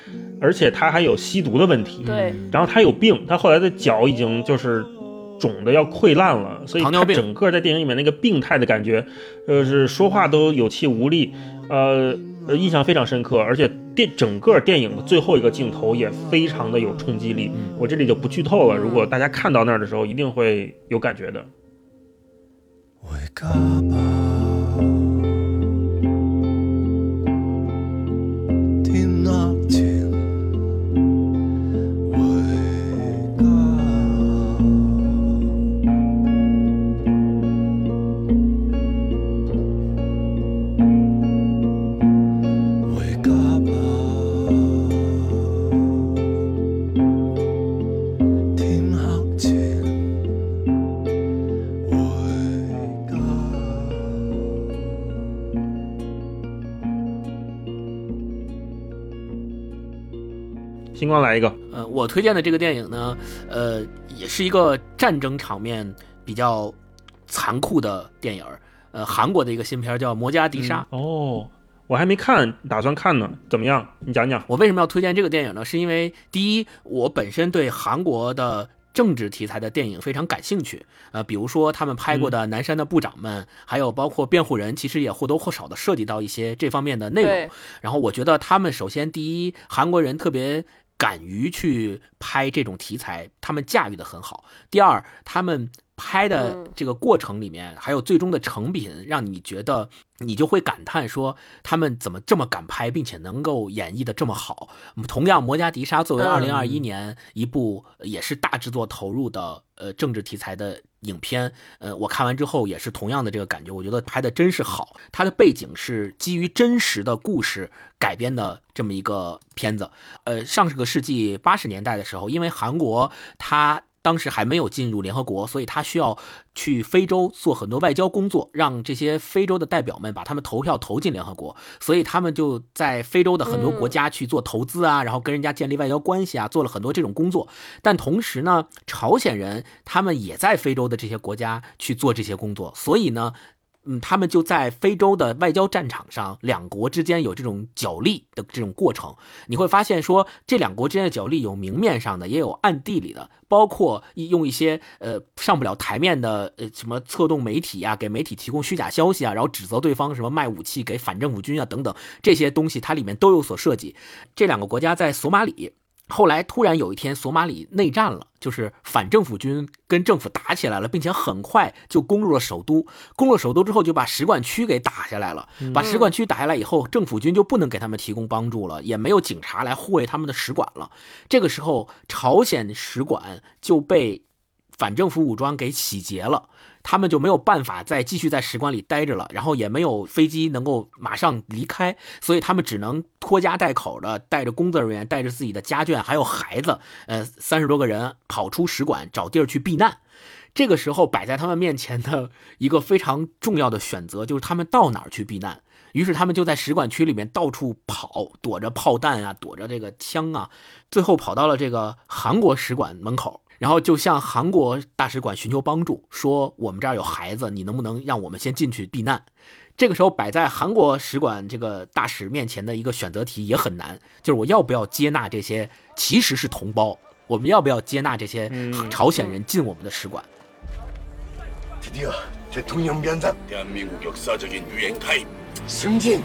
而且他还有吸毒的问题， 对， 然后他有病，他后来的脚已经就是肿的要溃烂了，所以他整个在电影里面那个病态的感觉，是说话都有气无力，印象非常深刻，而且整个电影的最后一个镜头也非常的有冲击力，我这里就不剧透了，如果大家看到那儿的时候一定会有感觉的。星光来一个。 我推荐的这个电影呢，也是一个战争场面比较残酷的电影，韩国的一个新片叫《摩加迪沙》。 哦，我还没看，打算看呢，怎么样？你讲讲。 我为什么要推荐这个电影呢？是因为第一，我本身对韩国的政治题材的电影非常感兴趣，比如说他们拍过的《南山的部长们》，还有包括《辩护人》，其实也或多或少的涉及到一些这方面的内容。然后我觉得他们首先第一，韩国人特别敢于去拍这种题材，他们驾驭的很好。第二，他们拍的这个过程里面，还有最终的成品，让你觉得你就会感叹说，他们怎么这么敢拍，并且能够演绎的这么好。同样，《摩加迪沙》作为2021年一部也是大制作投入的政治题材的影片，我看完之后也是同样的这个感觉，我觉得拍的真是好。它的背景是基于真实的故事改编的这么一个片子。上个世纪80年代的时候，因为韩国它当时还没有进入联合国，所以他需要去非洲做很多外交工作，让这些非洲的代表们把他们投票投进联合国，所以他们就在非洲的很多国家去做投资啊，然后跟人家建立外交关系啊，做了很多这种工作。但同时呢，朝鲜人他们也在非洲的这些国家去做这些工作，所以呢他们就在非洲的外交战场上，两国之间有这种角力的这种过程。你会发现说，这两国之间的角力有明面上的，也有暗地里的，包括用一些上不了台面的什么策动媒体啊，给媒体提供虚假消息啊，然后指责对方什么卖武器给反政府军啊等等，这些东西它里面都有所涉及。这两个国家在索马里。后来突然有一天，索马里内战了，就是反政府军跟政府打起来了，并且很快就攻入了首都。攻入首都之后，就把使馆区给打下来了。把使馆区打下来以后，政府军就不能给他们提供帮助了，也没有警察来护卫他们的使馆了。这个时候，朝鲜使馆就被反政府武装给洗劫了。他们就没有办法再继续在使馆里待着了，然后也没有飞机能够马上离开，所以他们只能拖家带口的带着工作人员，带着自己的家眷还有孩子，30多个人跑出使馆找地儿去避难。这个时候摆在他们面前的一个非常重要的选择就是他们到哪儿去避难。于是他们就在使馆区里面到处跑，躲着炮弹啊，躲着这个枪啊，最后跑到了这个韩国使馆门口，然后就向韩国大使馆寻求帮助，说我们这儿有孩子，你能不能让我们先进去避难。这个时候摆在韩国使馆这个大使面前的一个选择题也很难，就是我要不要接纳这些其实是同胞，我们要不要接纳这些朝鲜人进我们的使馆。 드디어 대통령 변상 대한민국 역사적인 유행 타임 승진。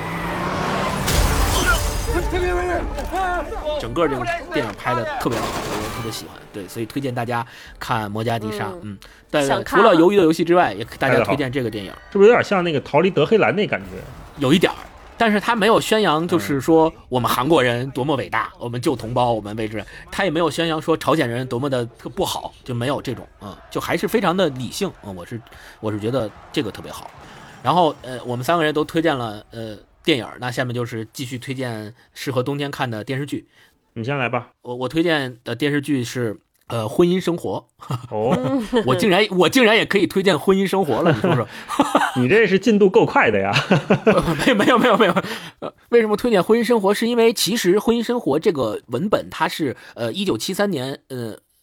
整个这个电影拍的特别好，我特别喜欢，对，所以推荐大家看《摩加迪沙》。但除了《鱿鱼的游戏》之外，也给大家推荐这个电影。 是不是有点像那个《逃离德黑兰》那感觉？ 有一点，但是他没有宣扬就是说我们韩国人多么伟大，我们救同胞，我们为之。他也没有宣扬说朝鲜人多么的不好，就没有这种就还是非常的理性我是觉得这个特别好。然后我们3个人都推荐了电影，那下面就是继续推荐适合冬天看的电视剧。 你先来吧。 我推荐的电视剧是婚姻生活。 哦， 我竟然也可以推荐婚姻生活了，你说说。 你这是进度够快的呀。 没有。为什么推荐婚姻生活？是因为其实婚姻生活这个文本它是1973年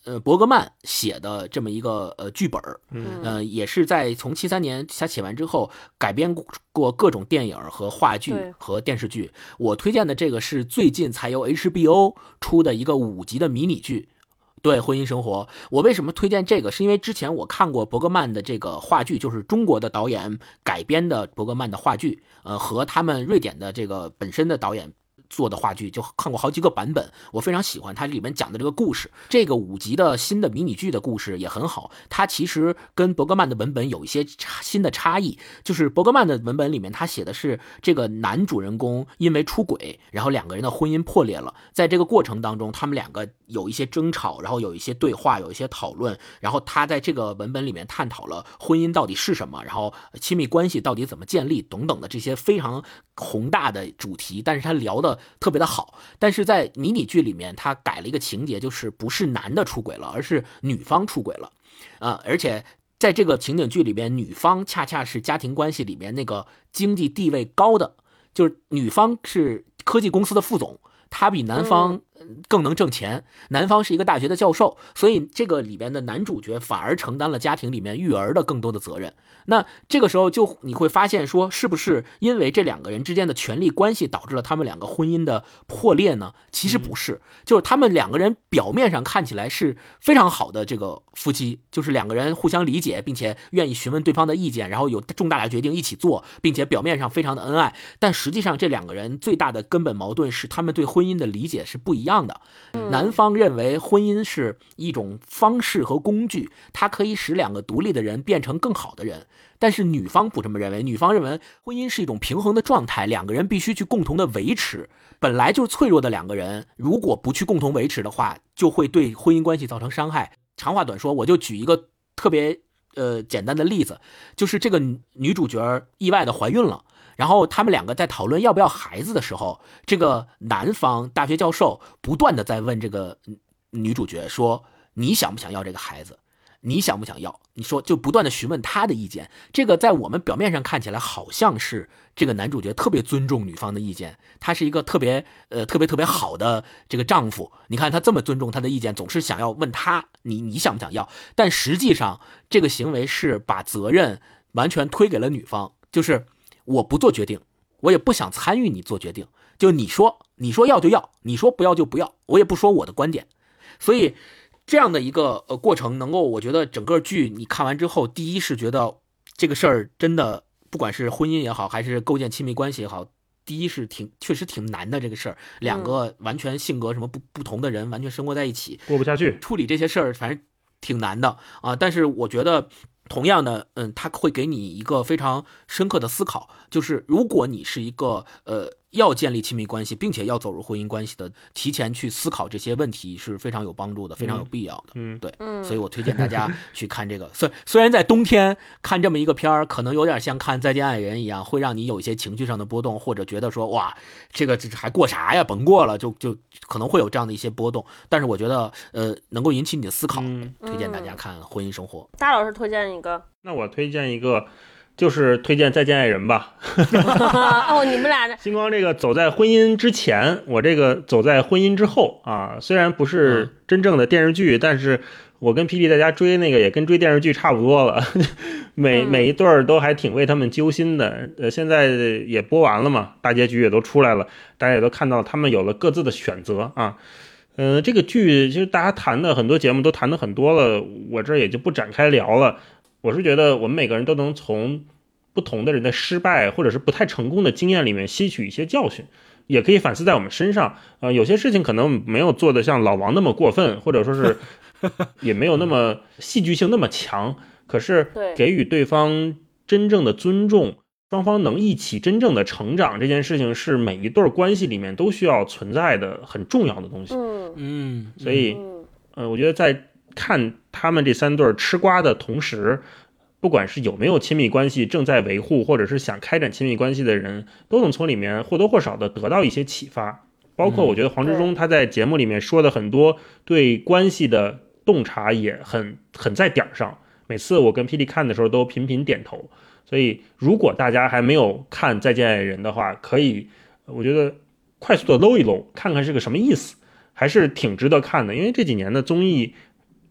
伯格曼写的这么一个剧本，也是在从73年他写完之后改编过各种电影和话剧和电视剧。我推荐的这个是最近才由 HBO 出的一个5集的迷你剧。对，婚姻生活。我为什么推荐这个？是因为之前我看过伯格曼的这个话剧，就是中国的导演改编的伯格曼的话剧，和他们瑞典的这个本身的导演做的话剧，就看过好几个版本，我非常喜欢它里面讲的这个故事。这个5集的新的迷你剧的故事也很好，它其实跟伯格曼的文本有一些新的差异。就是伯格曼的文本里面，他写的是这个男主人公因为出轨，然后2个人的婚姻破裂了，在这个过程当中，他们2个有一些争吵，然后有一些对话，有一些讨论，然后他在这个文本里面探讨了婚姻到底是什么，然后亲密关系到底怎么建立等等的这些非常宏大的主题，但是他聊的特别的好。但是在迷你剧里面他改了一个情节，就是不是男的出轨了，而是女方出轨了，而且在这个情景剧里边，女方恰恰是家庭关系里面那个经济地位高的，就是女方是科技公司的副总，她比男方更能挣钱，男方是一个大学的教授，所以这个里边的男主角反而承担了家庭里面育儿的更多的责任。那这个时候就你会发现说，是不是因为这2个人之间的权力关系导致了他们2个婚姻的破裂呢？其实不是，就是他们2个人表面上看起来是非常好的这个夫妻，就是2个人互相理解，并且愿意询问对方的意见，然后有重大的决定一起做，并且表面上非常的恩爱。但实际上这2个人最大的根本矛盾是他们对婚姻的理解是不一样的。男方认为婚姻是一种方式和工具，它可以使2个独立的人变成更好的人。但是女方不这么认为，女方认为婚姻是一种平衡的状态，2个人必须去共同的维持。本来就是脆弱的2个人，如果不去共同维持的话，就会对婚姻关系造成伤害。长话短说，我就举一个特别简单的例子，就是这个女主角意外的怀孕了，然后他们2个在讨论要不要孩子的时候，这个男方大学教授不断的在问这个女主角说，你想不想要这个孩子？你想不想要？你说，就不断的询问他的意见。这个在我们表面上看起来好像是这个男主角特别尊重女方的意见，他是一个特别好的这个丈夫。你看他这么尊重他的意见，总是想要问他你想不想要？但实际上这个行为是把责任完全推给了女方，就是我不做决定，我也不想参与你做决定，就你说要就要，你说不要就不要，我也不说我的观点。所以这样的一个过程，能够我觉得整个剧你看完之后，第一是觉得这个事儿真的，不管是婚姻也好，还是构建亲密关系也好，第一是确实挺难的这个事儿。2个完全性格什么不同的人，完全生活在一起， 过不下去， 处理这些事儿，反正挺难的啊。但是我觉得同样的，它会给你一个非常深刻的思考，就是如果你是一个要建立亲密关系，并且要走入婚姻关系的，提前去思考这些问题是非常有帮助的，非常有必要的。对，所以我推荐大家去看这个。虽然在冬天看这么一个片儿，可能有点像看《再见爱人》一样，会让你有一些情绪上的波动，或者觉得说哇，这还过啥呀？甭过了，就可能会有这样的一些波动。但是我觉得能够引起你的思考，推荐大家看《婚姻生活》。 大老师推荐一个， 那我推荐一个。就是推荐《再见爱人》吧。 哦，你们俩星光这个走在婚姻之前，我这个走在婚姻之后啊。虽然不是真正的电视剧，但是我跟霹雳大家追那个也跟追电视剧差不多了。每一对儿都还挺为他们揪心的。现在也播完了嘛，大结局也都出来了，大家也都看到他们有了各自的选择啊。这个剧其实大家谈的很多节目都谈的很多了，我这也就不展开聊了。我是觉得我们每个人都能从不同的人的失败或者是不太成功的经验里面吸取一些教训，也可以反思在我们身上。有些事情可能没有做得像老王那么过分，或者说是也没有那么戏剧性那么强，可是给予对方真正的尊重，双方能一起真正的成长，这件事情是每一对关系里面都需要存在的很重要的东西。所以我觉得在看他们这3对吃瓜的同时，不管是有没有亲密关系正在维护，或者是想开展亲密关系的人，都能从里面或多或少的得到一些启发。包括我觉得黄执中他在节目里面说的很多对关系的洞察也很在点上，每次我跟霹雳看的时候都频频点头。所以如果大家还没有看《再见爱人》的话，可以我觉得快速的搂一搂，看看是个什么意思，还是挺值得看的。因为这几年的综艺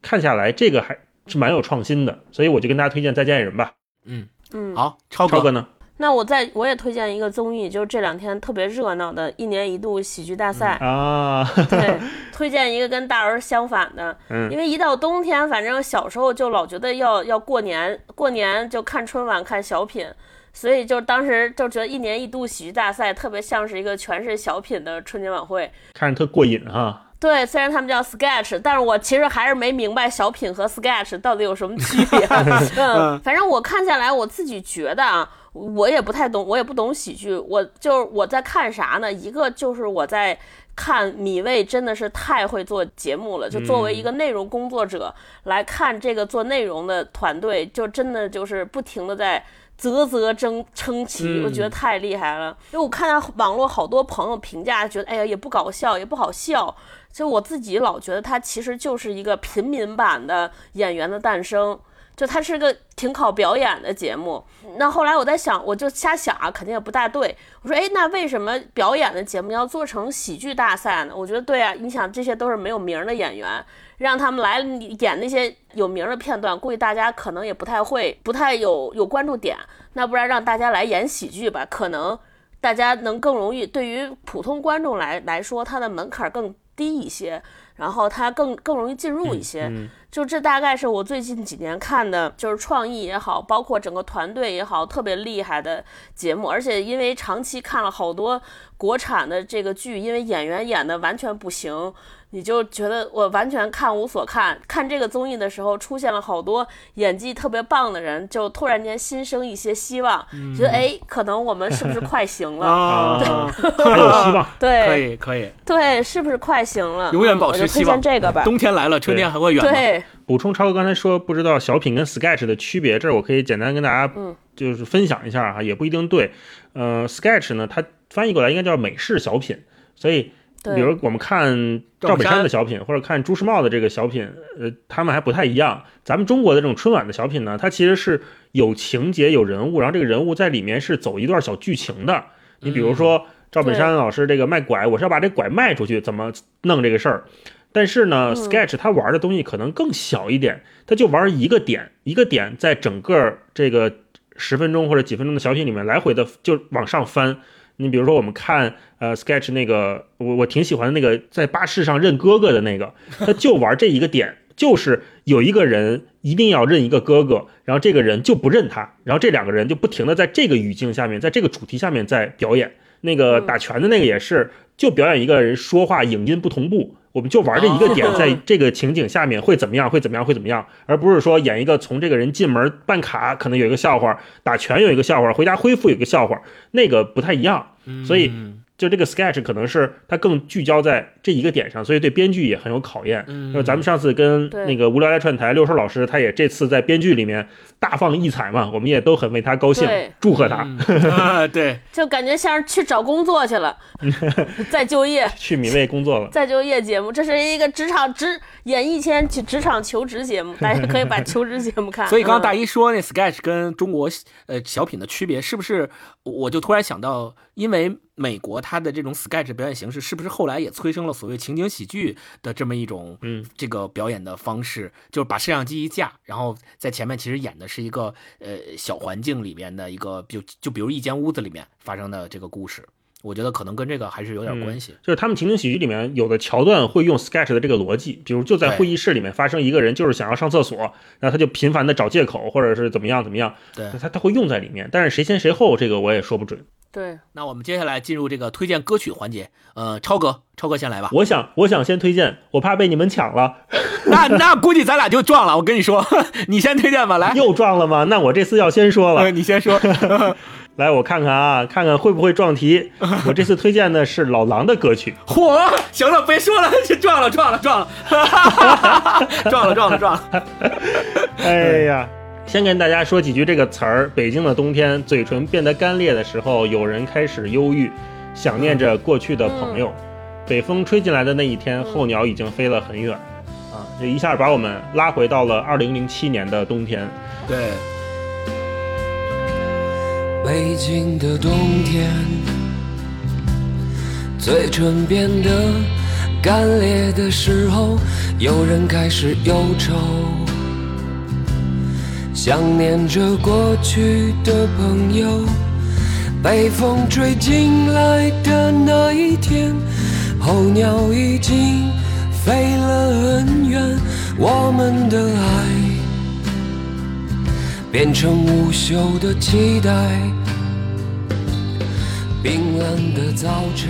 看下来这个还是蛮有创新的，所以我就跟大家推荐再见爱人吧。 好，超哥呢？ 那我也推荐一个综艺，就是这2天特别热闹的1年1度喜剧大赛对，推荐一个跟大儿相反的，因为一到冬天，反正小时候就老觉得要过年就看春晚看小品，所以就当时就觉得1年1度喜剧大赛特别像是一个全是小品的春节晚会， 看着特过瘾哈。 对，虽然他们叫 sketch， 但是我其实还是没明白小品和 sketch 到底有什么区别。反正我看下来，我自己觉得啊，我也不太懂，我也不懂喜剧。我在看啥呢？一个就是我在看米未真的是太会做节目了，就作为一个内容工作者来看这个做内容的团队，就真的就是不停的在啧称奇，我觉得太厉害了。因为我看到网络好多朋友评价，觉得哎呀也不搞笑，也不好笑。就我自己老觉得它其实就是一个平民版的演员的诞生，就它是个挺考表演的节目。那后来我在想，我就瞎想啊，肯定也不大对。我说，哎，那为什么表演的节目要做成喜剧大赛呢？我觉得对啊，你想这些都是没有名的演员，让他们来演那些有名的片段，估计大家可能也不太有关注点。那不然让大家来演喜剧吧，可能大家能更容易，对于普通观众来说，他的门槛更低一些，然后它更容易进入一些。就这大概是我最近几年看的，就是创意也好，包括整个团队也好，特别厉害的节目。而且因为长期看了好多国产的这个剧，因为演员演的完全不行，你就觉得我完全看无所看。看这个综艺的时候，出现了好多演技特别棒的人，就突然间心生一些希望，觉得哎，可能我们是不是快行了？ 还有希望。 对， 可以， 对，是不是快行了？ 永远保持希望。 这个吧， 冬天来了，春天还会远吗？ 对。 补充超哥刚才说不知道小品跟 sketch 的区别，这我可以简单跟大家就是分享一下哈，也不一定对。sketch 呢，它翻译过来应该叫美式小品，所以比如我们看赵本山的小品或者看朱时茂的这个小品，他们还不太一样。咱们中国的这种春晚的小品呢，它其实是有情节有人物，然后这个人物在里面是走一段小剧情的。你比如说赵本山老师这个卖拐，我是要把这拐卖出去，怎么弄这个事儿。但是呢 sketch 他玩的东西可能更小一点，他就玩一个点在整个这个10分钟或者几分钟的小品里面来回的就往上翻。你比如说我们看sketch 那个我挺喜欢的那个在巴士上认哥哥的那个，他就玩这一个点，就是有一个人一定要认一个哥哥，然后这个人就不认他，然后这2个人就不停的在这个语境下面，在这个主题下面在表演。那个打拳的那个也是就表演一个人说话影音不同步，我们就玩这一个点，在这个情景下面会怎么样，而不是说演一个从这个人进门办卡可能有一个笑话，打拳有一个笑话，回家恢复有一个笑话，那个不太一样。所以就这个 sketch 可能是它更聚焦在这一个点上，所以对编剧也很有考验。咱们上次跟那个无聊斋串台六兽老师，他也这次在编剧里面大放异彩嘛，我们也都很为他高兴，祝贺他。 对， 就感觉像是去找工作去了，再就业， 去米未工作了， 再就业节目，这是一个演艺圈职场求职节目，大家可以把求职节目看。 所以刚刚大一说那 sketch 跟中国小品的区别，是不是我就突然想到，因为美国它的这种 sketch 表演形式，是不是后来也催生了所谓情景喜剧的这么一种这个表演的方式？就是把摄像机一架，然后在前面其实演的是一个小环境里面的一个，就比如一间屋子里面发生的这个故事。我觉得可能跟这个还是有点关系。 就是他们情景喜剧里面有的桥段会用 sketch 的这个逻辑，比如就在会议室里面发生一个人就是想要上厕所，然后他就频繁的找借口或者是怎么样， 对， 他会用在里面，但是谁先谁后这个我也说不准。 对， 那我们接下来进入这个推荐歌曲环节。超哥先来吧。 我想先推荐，我怕被你们抢了。 那估计咱俩就撞了。我跟你说，你先推荐吧，来。 又撞了吗？那我这次要先说了。 你先说。 来，我看看会不会撞题。我这次推荐的是老狼的歌曲。 嚯，行了，别说了，撞了，撞了。 哎呀，先跟大家说几句这个词儿。北京的冬天，嘴唇变得干裂的时候，有人开始忧郁，想念着过去的朋友。北风吹进来的那一天，候鸟已经飞了很远。这一下把我们拉回到了2007年的冬天。 对。 北京的冬天，嘴唇变得干裂的时候，有人开始忧愁，想念着过去的朋友。被风吹进来的那一天，候鸟已经飞了很远，我们的爱变成无休的期待，冰冷的早晨。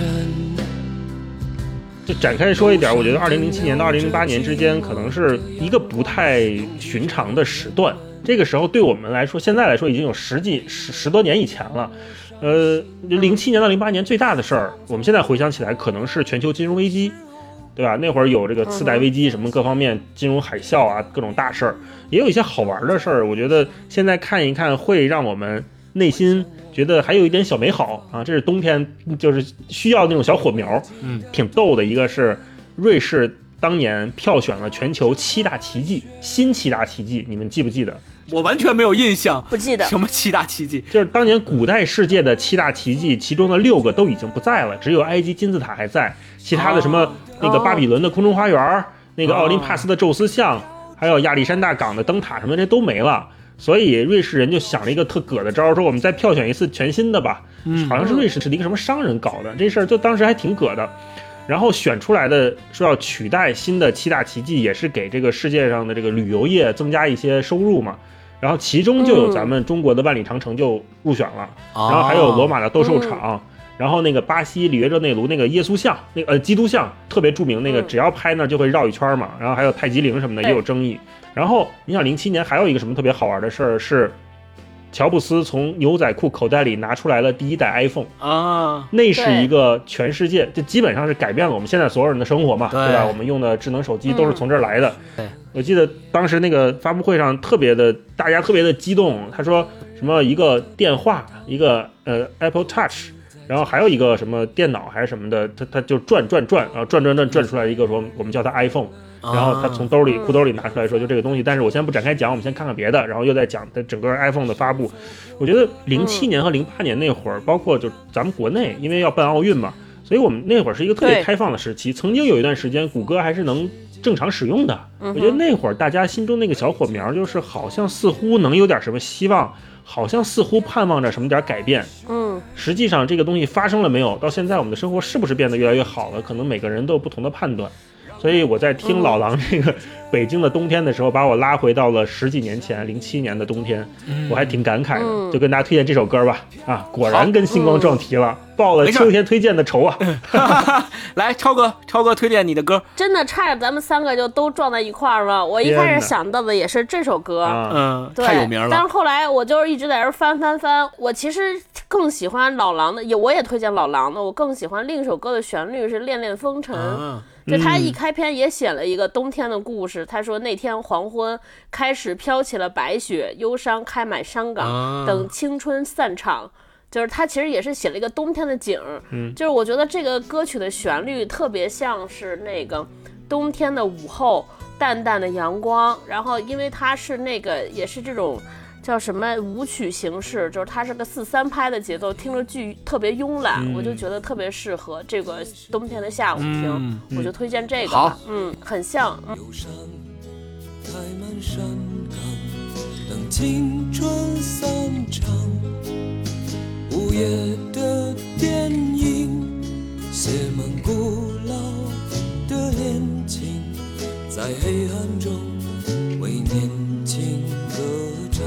就展开说一点，我觉得2007年到2008年之间可能是一个不太寻常的时段。这个时候对我们来说，现在来说已经有十多年以前了。07年到08年最大的事儿，我们现在回想起来，可能是全球金融危机，对吧？那会儿有这个次贷危机，什么各方面金融海啸啊，各种大事儿，也有一些好玩的事儿。我觉得现在看一看，会让我们内心觉得还有一点小美好啊。这是冬天，就是需要那种小火苗，挺逗的。一个是瑞士当年票选了全球7大奇迹，新7大奇迹，你们记不记得？ 我完全没有印象， 不记得什么7大奇迹， 就是当年古代世界的7大奇迹，其中的6个都已经不在了，只有埃及金字塔还在，其他的什么那个巴比伦的空中花园，那个奥林帕斯的宙斯像，还有亚历山大港的灯塔什么的，这都没了。所以瑞士人就想了一个特葛的招，说我们再票选一次全新的吧。好像是瑞士是一个什么商人搞的，这事儿就当时还挺葛的。然后选出来的说要取代新的7大奇迹，也是给这个世界上的这个旅游业增加一些收入嘛。然后其中就有咱们中国的万里长城就入选了，然后还有罗马的斗兽场，然后那个巴西里约热内卢那个耶稣像，那个基督像特别著名，那个只要拍那就会绕一圈嘛。然后还有太极陵什么的也有争议。然后你想07年还有一个什么特别好玩的事儿是，乔布斯从牛仔裤口袋里拿出来了第一代 iPhone 啊，那是一个全世界就基本上是改变了我们现在所有人的生活嘛，对吧？我们用的智能手机都是从这儿来的。我记得当时那个发布会上大家特别的激动，他说什么一个电话，一个Apple Touch， 然后还有一个什么电脑还是什么的，他就转出来一个说我们叫它 iPhone。然后他从裤兜里拿出来说就这个东西，但是我现在不展开讲，我们先看看别的，然后又在讲的整个 iPhone 的发布。我觉得07年和08年那会儿，包括就咱们国内因为要办奥运嘛，所以我们那会儿是一个特别开放的时期，曾经有一段时间谷歌还是能正常使用的。我觉得那会儿大家心中那个小火苗就是好像似乎能有点什么希望，好像似乎盼望着什么点改变。实际上这个东西发生了没有？到现在我们的生活是不是变得越来越好了？可能每个人都有不同的判断。所以我在听老狼这个北京的冬天的时候，把我拉回到了10几年前07年的冬天，我还挺感慨的，就跟大家推荐这首歌吧。啊，果然跟星光撞题了，报了秋天推荐的仇啊！ 来，超哥推荐你的歌， 真的差点咱们3个就都撞在一块儿了。我一开始想到的也是这首歌，对， 太有名了。 但是后来我就是一直在这翻，我其实更喜欢老狼的，我也推荐老狼的，我更喜欢另一首歌的旋律是《恋恋风尘》。就他一开篇也写了一个冬天的故事，他说那天黄昏开始飘起了白雪，忧伤开满山岗，等青春散场。就是他其实也是写了一个冬天的景，就是我觉得这个歌曲的旋律特别像是那个冬天的午后，淡淡的阳光，然后因为它是那个也是这种叫什么舞曲形式，就是它是个4/3拍的节奏，听着特别慵懒，我就觉得特别适合这个冬天的下午听，我就推荐这个吧。很像。 忧伤开满山岗，等青春散场，午夜的电影写满古老的恋情，在黑暗中为年轻歌唱。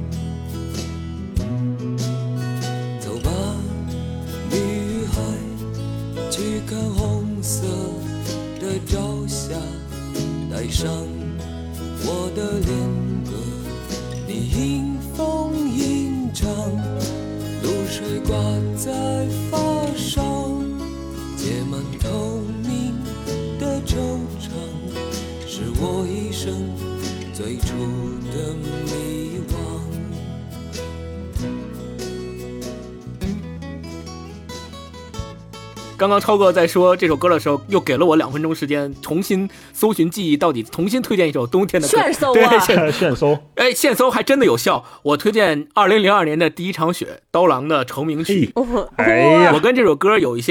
走吧，女孩，去看红色的朝霞，带上我的恋歌，你迎风吟唱，露水挂在发梢，结满透明的惆怅，是我一生最初的迷惘。 刚刚超哥在说这首歌的时候，又给了我2分钟时间重新搜寻记忆，到底重新推荐一首冬天的歌。 炫搜啊！ 对， 炫搜， 现搜还真的有效。我推荐2002年的第一场雪，刀郎的成名曲。 哎呀， 我跟这首歌有一些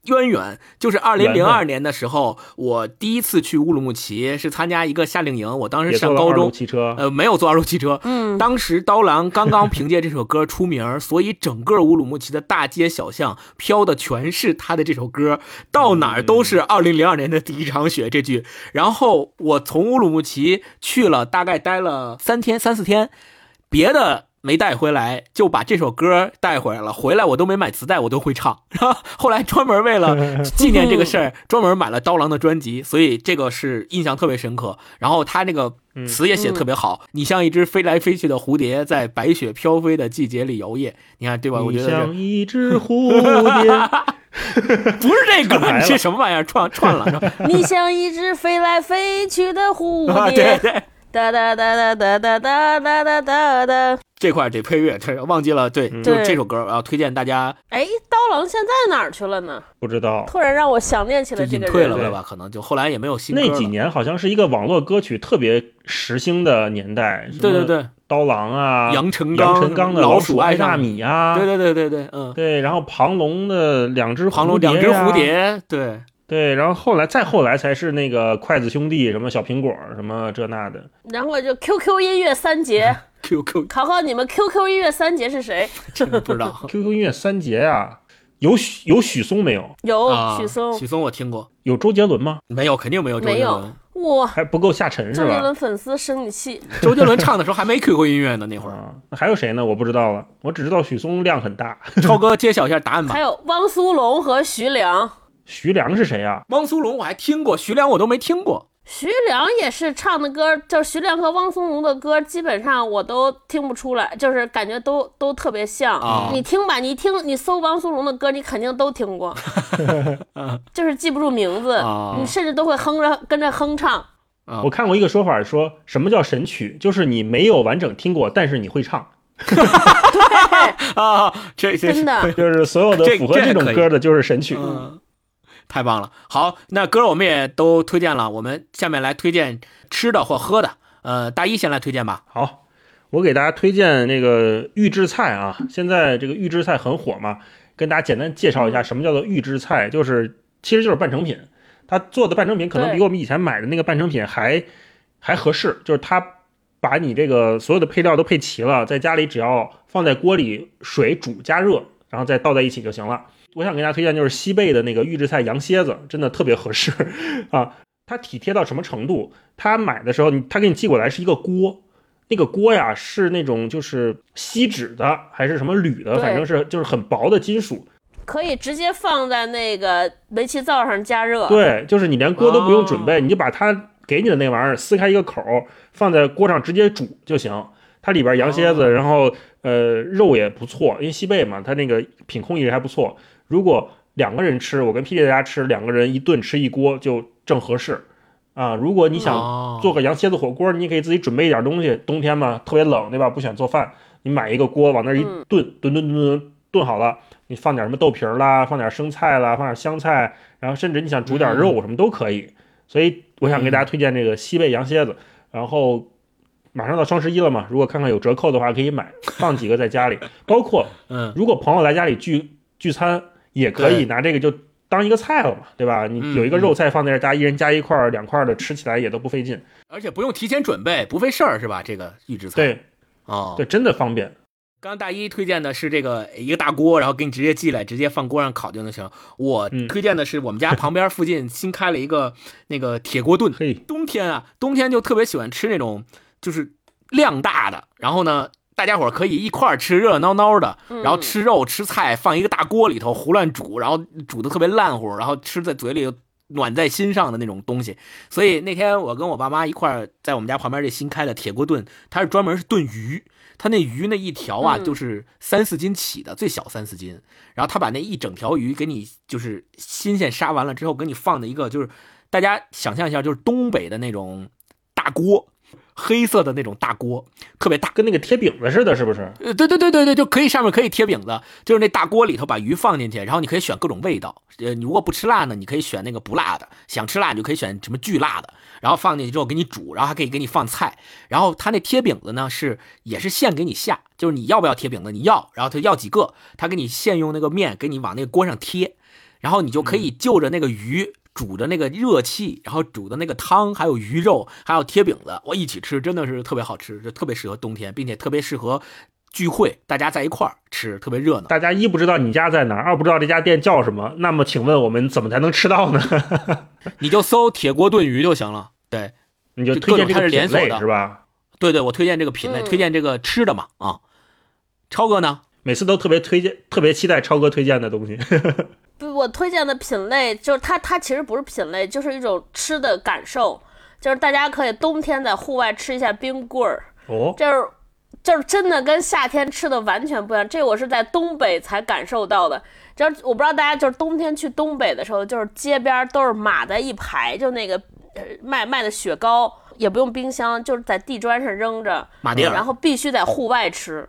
渊源，就是2002年的时候，我第一次去乌鲁木齐是参加一个夏令营，我当时上高中，没有坐2路汽车，当时刀郎刚刚凭借这首歌出名，所以整个乌鲁木齐的大街小巷飘的全是他的这首歌，到哪儿都是2002年的第一场雪这句。然后我从乌鲁木齐去了，大概待了3天3-4天，别的没带回来，就把这首歌带回来了。回来我都没买磁带，我都会唱。然后后来专门为了纪念这个事儿，专门买了刀郎的专辑，所以这个是印象特别深刻。然后他那个词也写得特别好，你像一只飞来飞去的蝴蝶，在白雪飘飞的季节里摇曳。你看对吧？我觉得你像一只蝴蝶。 不是这歌，你这什么玩意儿串了？ 你像一只飞来飞去的蝴蝶。对。 哒哒哒哒哒哒哒哒哒哒哒， 这块得配乐，忘记了。对，就是这首歌，要推荐大家。 哎，刀郎现在哪儿去了呢？ 不知道， 突然让我想念起了这个人。 退了吧？可能就后来也没有新歌了。 那几年好像是一个网络歌曲特别时兴的年代。 对， 刀郎啊， 杨臣刚的老鼠爱大米啊， 对， 对，然后庞龙的两只蝴蝶， 对，然后再后来才是那个筷子兄弟，什么小苹果，什么这那的。 然后就 QQ 音乐3杰 ，QQ 考你们 QQ 音乐3杰是谁？ 不知道。 QQ 音乐3杰啊，有许嵩没有？ 有许嵩我听过。 有周杰伦吗？ 没有，肯定没有周杰伦。 哇， 还不够下沉是吧？ 周杰伦粉丝生你气。 周杰伦唱的时候还没 QQ 音乐呢，那会儿。 那还有谁呢？我不知道了，我只知道许嵩量很大。 超哥揭晓一下答案吧。 还有汪苏泷和徐良。 徐良是谁啊？ 汪苏泷我还听过，徐良我都没听过。 徐良也是唱的歌，就是徐良和汪苏泷的歌，基本上我都听不出来，就是感觉都特别像。你听吧，你搜汪苏泷的歌，你肯定都听过，就是记不住名字，你甚至都会跟着哼唱。 我看过一个说法，说什么叫神曲，就是你没有完整听过，但是你会唱。 对真的就是所有的符合这种歌的，就是神曲。 太棒了！好，那歌我们也都推荐了，我们下面来推荐吃的或喝的。大一先来推荐吧。 好，我给大家推荐那个预制菜啊。现在这个预制菜很火嘛，跟大家简单介绍一下什么叫做预制菜，其实就是半成品。他做的半成品可能比我们以前买的那个半成品还合适，就是他把你这个所有的配料都配齐了，在家里只要放在锅里水煮加热，然后再倒在一起就行了。我想给大家推荐就是西贝的那个预制菜羊蝎子，真的特别合适啊！它体贴到什么程度？他买的时候，他给你寄过来是一个锅，那个锅呀是那种就是锡纸的还是什么铝的，反正是就是很薄的金属， 可以直接放在那个煤气灶上加热。 对，就是你连锅都不用准备，你就把它给你的那玩意儿撕开一个口，放在锅上直接煮就行。它里边羊蝎子，然后肉也不错，因为西贝嘛，它那个品控一直还不错。如果2个人吃，我跟 PD 在家吃，2个人一顿吃一锅就正合适啊。如果你想做个羊蝎子火锅，你可以自己准备一点东西，冬天嘛特别冷，对吧？不想做饭，你买一个锅往那一炖好了，你放点什么豆皮啦，放点生菜啦，放点香菜，然后甚至你想煮点肉什么都可以。所以我想给大家推荐这个西贝羊蝎子，然后马上到双11了嘛，如果看看有折扣的话可以买，放几个在家里。包括如果朋友来家里聚餐，也可以拿这个就当一个菜了嘛，对吧？你有一个肉菜放在这儿，一人加1块2块的，吃起来也都不费劲， 而且不用提前准备，不费事儿，是吧？这个预制菜， 对，对，真的方便。 刚大一推荐的是这个一个大锅，然后给你直接寄来，直接放锅上烤就能行。我推荐的是我们家旁边附近新开了一个那个铁锅炖。冬天就特别喜欢吃那种就是量大的，然后呢大家伙可以一块儿吃，热闹闹的，然后吃肉吃菜放一个大锅里头胡乱煮，然后煮的特别烂乎，然后吃在嘴里暖在心上的那种东西。所以那天我跟我爸妈一块儿在我们家旁边这新开的铁锅炖，它是专门是炖鱼，它那鱼那一条啊就是3-4斤起的，最小3-4斤，然后他把那一整条鱼给你就是新鲜杀完了之后给你放的一个，就是大家想象一下，就是东北的那种大锅，黑色的那种大锅，特别大， 跟那个贴饼子似的，是不是？ 对，就可以上面可以贴饼子，就是那大锅里头把鱼放进去，然后你可以选各种味道。你如果不吃辣呢，你可以选那个不辣的；想吃辣，你就可以选什么巨辣的。然后放进去之后给你煮，然后还可以给你放菜。然后他那贴饼子呢也是现给你下，就是你要不要贴饼子，你要，然后他要几个，他给你现用那个面给你往那个锅上贴。 然后你就可以就着那个鱼煮的那个热气，然后煮的那个汤，还有鱼肉，还有贴饼子，我一起吃，真的是特别好吃，就特别适合冬天，并且特别适合聚会，大家在一块儿吃，特别热闹。 大家一不知道你家在哪儿，二不知道这家店叫什么，那么请问我们怎么才能吃到呢？ 你就搜铁锅炖鱼就行了。对， 你就推荐这个品类是吧？ 对，我推荐这个品类，推荐这个吃的嘛啊。超哥呢？ 每次都特别推荐，特别期待超哥推荐的东西。 不，我推荐的品类就是它其实不是品类，就是一种吃的感受，就是大家可以冬天在户外吃一下冰棍儿。 哦， 就是真的跟夏天吃的完全不一样，这我是在东北才感受到的。就是我不知道大家就是冬天去东北的时候，就是街边都是码在一排，就那个卖的雪糕，也不用冰箱，就是在地砖上扔着，然后必须在户外吃，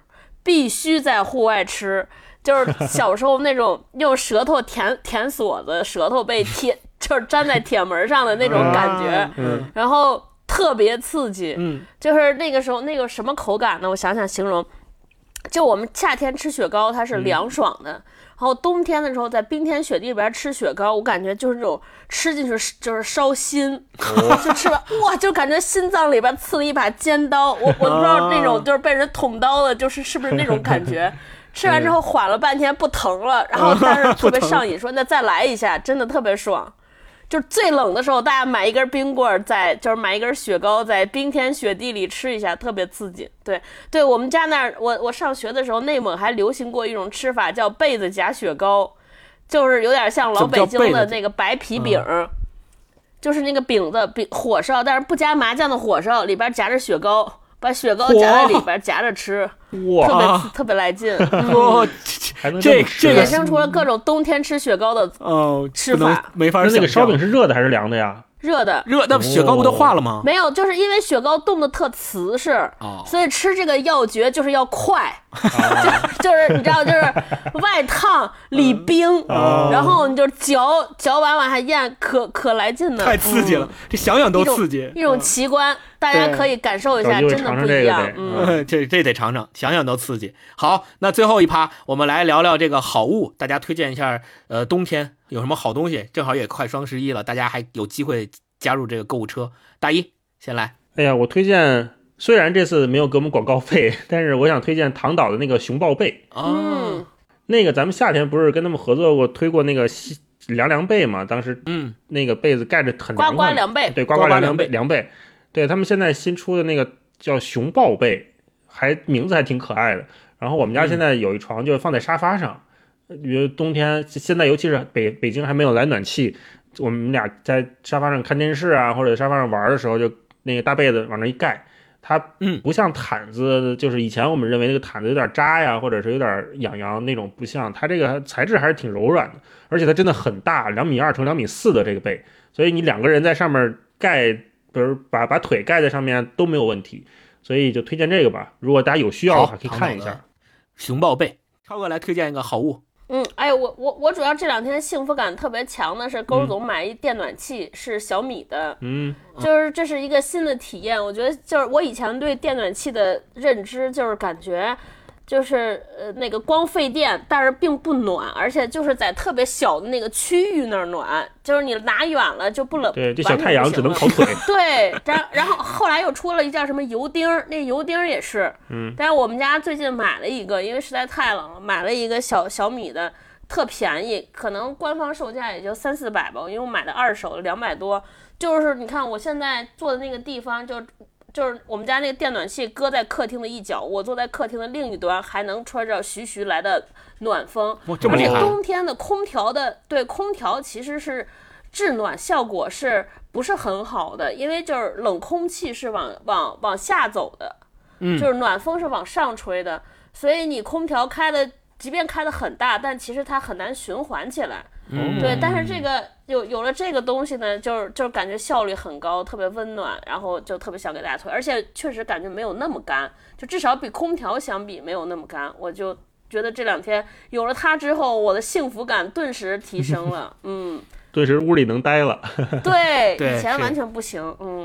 就是小时候那种用舌头舔锁子，舌头被就是粘在铁门上的那种感觉，然后特别刺激，就是那个时候那个什么口感呢？我想想形容，就我们夏天吃雪糕它是凉爽的，然后冬天的时候在冰天雪地里边吃雪糕，我感觉就是那种吃进去就是烧心，就吃完哇，就感觉心脏里边刺了一把尖刀，我不知道那种就是被人捅刀了，是不是那种感觉？吃完之后缓了半天不疼了，然后但是特别上瘾，说那再来一下，真的特别爽。就是最冷的时候，大家买一根冰棍，就是买一根雪糕，在冰天雪地里吃一下，特别刺激。对，我们家那儿，我上学的时候，内蒙还流行过一种吃法，叫被子夹雪糕，就是有点像老北京的那个白皮饼，就是那个饼子火烧，但是不加麻酱的火烧，里边夹着雪糕。把雪糕夹在里边夹着吃，特别来劲。 这衍生出了各种冬天吃雪糕的吃法， 没法。 那个烧饼是热的还是凉的呀？ 热的， 那雪糕不都化了吗？ 没有，就是因为雪糕冻得特瓷实，所以吃这个要诀就是要快，就是你知道，就是外烫里冰，然后你就嚼完往下咽，可来劲了， 太刺激了，这想想都刺激， 一种奇观，大家可以感受一下，真的不一样。 这得尝尝，想想都刺激。好，那最后一趴，我们来聊聊这个好物，大家推荐一下，冬天有什么好东西？正好也快双11了，大家还有机会加入这个购物车。大一先来。 哎呀，我推荐，虽然这次没有给我们广告费，但是我想推荐唐岛的那个熊抱被。那个咱们夏天不是跟他们合作过，推过那个凉被嘛？当时那个被子盖着很凉快， 呱呱凉被， 对，呱呱凉被。对，他们现在新出的那个叫熊抱被，名字还挺可爱的。然后我们家现在有一床就放在沙发上，因为冬天现在尤其是北京还没有来暖气，我们俩在沙发上看电视啊，或者沙发上玩的时候，就那个大被子往那一盖，它不像毯子，就是以前我们认为那个毯子有点扎呀，或者是有点痒那种，不像它这个材质还是挺柔软的，而且它真的很大，2.2米乘2.4米的这个被，所以你2个人在上面盖，比如把腿盖在上面都没有问题，所以就推荐这个吧。如果大家有需要的话，可以看一下熊抱被。超哥来推荐一个好物。 哎，我主要这2天幸福感特别强的是勾总买一电暖器，是小米的，就是这是一个新的体验。我觉得就是我以前对电暖器的认知就是感觉就是那个光费电，但是并不暖，而且就是在特别小的那个区域那儿暖，就是你拿远了就不冷。 对，这小太阳只能烤腿。 对，然后后来又出了一叫什么油钉，那油钉也是，但是我们家最近买了一个，因为实在太冷了，买了一个小米的，特便宜，可能官方售价也就300-400吧，因为我买的2手200多。就是你看我现在坐的那个地方就是我们家那个电暖器搁在客厅的一角，我坐在客厅的另一端，还能吹着徐徐来的暖风。 这么厉害！ 冬天的空调其实是制暖效果是不是很好的？因为就是冷空气是往下走的，就是暖风是往上吹的，所以你空调即便开的很大，但其实它很难循环起来。对，但是这个有了这个东西呢，就是感觉效率很高，特别温暖，然后就特别想给大家推，而且确实感觉没有那么干，就至少比空调相比没有那么干，我就觉得这2天有了它之后，我的幸福感顿时提升了，顿时屋里能待了。 对，以前完全不行，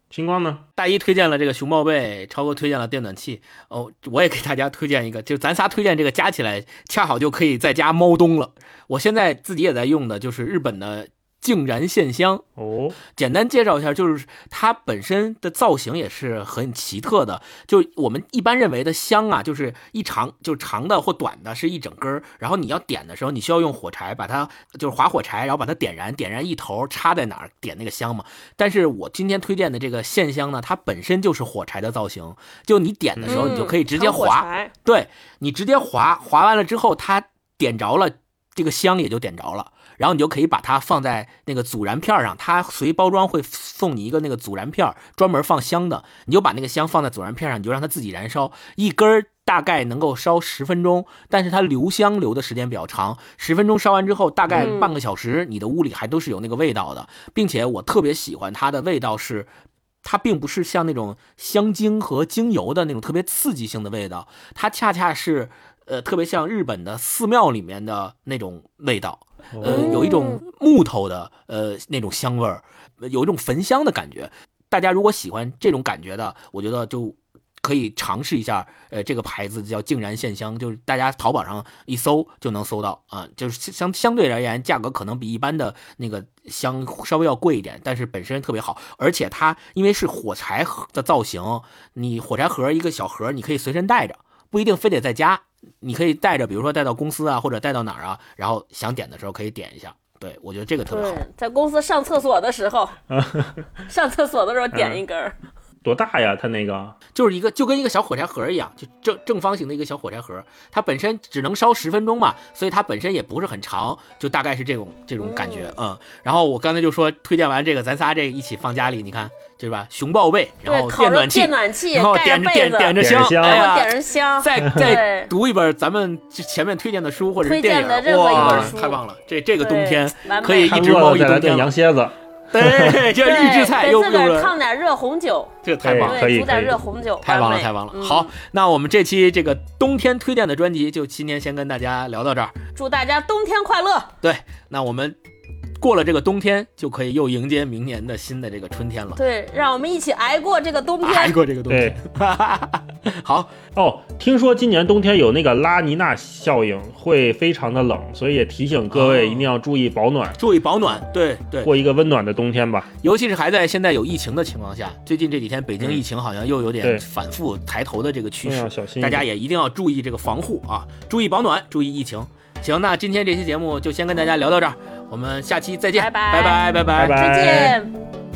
星光呢？ 大一推荐了这个熊抱贝，超哥推荐了电暖气。哦，我也给大家推荐一个，就咱仨推荐这个加起来，恰好就可以在家猫冬了。我现在自己也在用的就是日本的竟然线香。 哦， 简单介绍一下，就是它本身的造型也是很奇特的。就我们一般认为的香啊，就是长的或短的是一整根，然后你要点的时候，你需要用火柴把它就是划火柴，然后把它点燃一头插在哪儿点那个香嘛。但是我今天推荐的这个线香呢，它本身就是火柴的造型，就你点的时候你就可以直接划，对，你直接划完了之后，它点着了，这个香也就点着了。然后你就可以把它放在那个阻燃片上，它随包装会送你一个那个阻燃片，专门放香的。你就把那个香放在阻燃片上，你就让它自己燃烧，一根大概能够烧10分钟，但是它留香留的时间比较长，10分钟烧完之后，大概半个小时，你的屋里还都是有那个味道的，并且我特别喜欢它的味道是。它并不是像那种香精和精油的那种特别刺激性的味道，它恰恰是特别像日本的寺庙里面的那种味道，有一种木头的那种香味儿，有一种焚香的感觉。大家如果喜欢这种感觉的，我觉得就可以尝试一下，这个牌子叫竟然线香，就是大家淘宝上一搜就能搜到啊，就是相对而言价格可能比一般的那个香稍微要贵一点，但是本身特别好，而且它因为是火柴盒的造型，你火柴盒一个小盒，你可以随身带着，不一定非得在家，你可以带着，比如说带到公司啊，或者带到哪儿啊，然后想点的时候可以点一下。对，我觉得这个特别好。 在公司上厕所的时候，上厕所的时候点一根。 多大呀？它那个就是就跟一个小火柴盒一样，就正方形的一个小火柴盒，它本身只能烧10分钟嘛，所以它本身也不是很长，就大概是这种感觉。然后我刚才就说推荐完这个，咱�á这一起放家里，你看对吧？熊抱贝，然后电暖气，然后点着香，哎呀， 点着香， 再读一本咱们前面推荐的书或者是电影，哇，太棒了！这个冬天可以一直猫一冬天。 羊蝎子。 对，这预制菜又了，烫点热红酒， 这个太棒了， 可以煮点热红酒， 太棒了，太棒了。好，那我们这期这个冬天推荐的专辑就今天先跟大家聊到这儿， 祝大家冬天快乐。 对，那我们过了这个冬天，就可以又迎接明年的新的这个春天了。 对，让我们一起挨过这个冬天， 挨过这个冬天。好哦，听说今年冬天有那个拉尼娜效应，会非常的冷，所以也提醒各位一定要注意保暖， 注意保暖。对， 过一个温暖的冬天吧。 尤其是还在现在有疫情的情况下，最近这几天北京疫情好像又有点反复抬头的这个趋势， 小心， 大家也一定要注意这个防护啊，注意保暖，注意疫情。行，那今天这期节目就先跟大家聊到这儿，我们下期再见， 拜拜， 拜拜，拜拜， 再见。